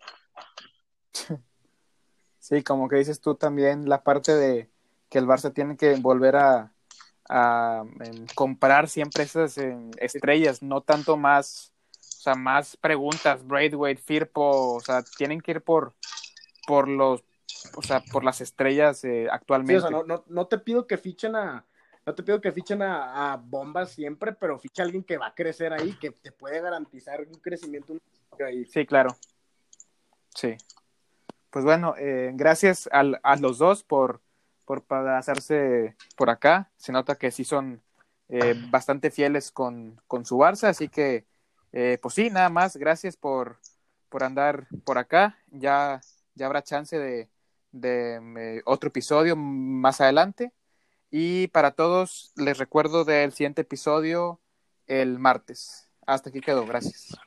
Sí, como que dices tú también, la parte de que el Barça tiene que volver a, a em, comprar siempre esas em, estrellas, no tanto más, o sea, más preguntas, Braithwaite, Firpo, o sea, tienen que ir por, por los, o sea, por las estrellas eh, Sí, o sea, actualmente. no, no, no te pido que fichen a, no te pido que fichen a, a bombas siempre, pero ficha a alguien que va a crecer ahí, que te puede garantizar un crecimiento ahí. Sí, claro. Sí. Pues bueno, eh, gracias al, a los dos por, por pasarse por acá. Se nota que sí son eh, bastante fieles con, con su Barça, así que, eh, pues sí, nada más. Gracias por, por andar por acá. Ya, ya habrá chance de, de eh, otro episodio más adelante. Y para todos, les recuerdo del siguiente episodio el martes. Hasta aquí quedó. Gracias.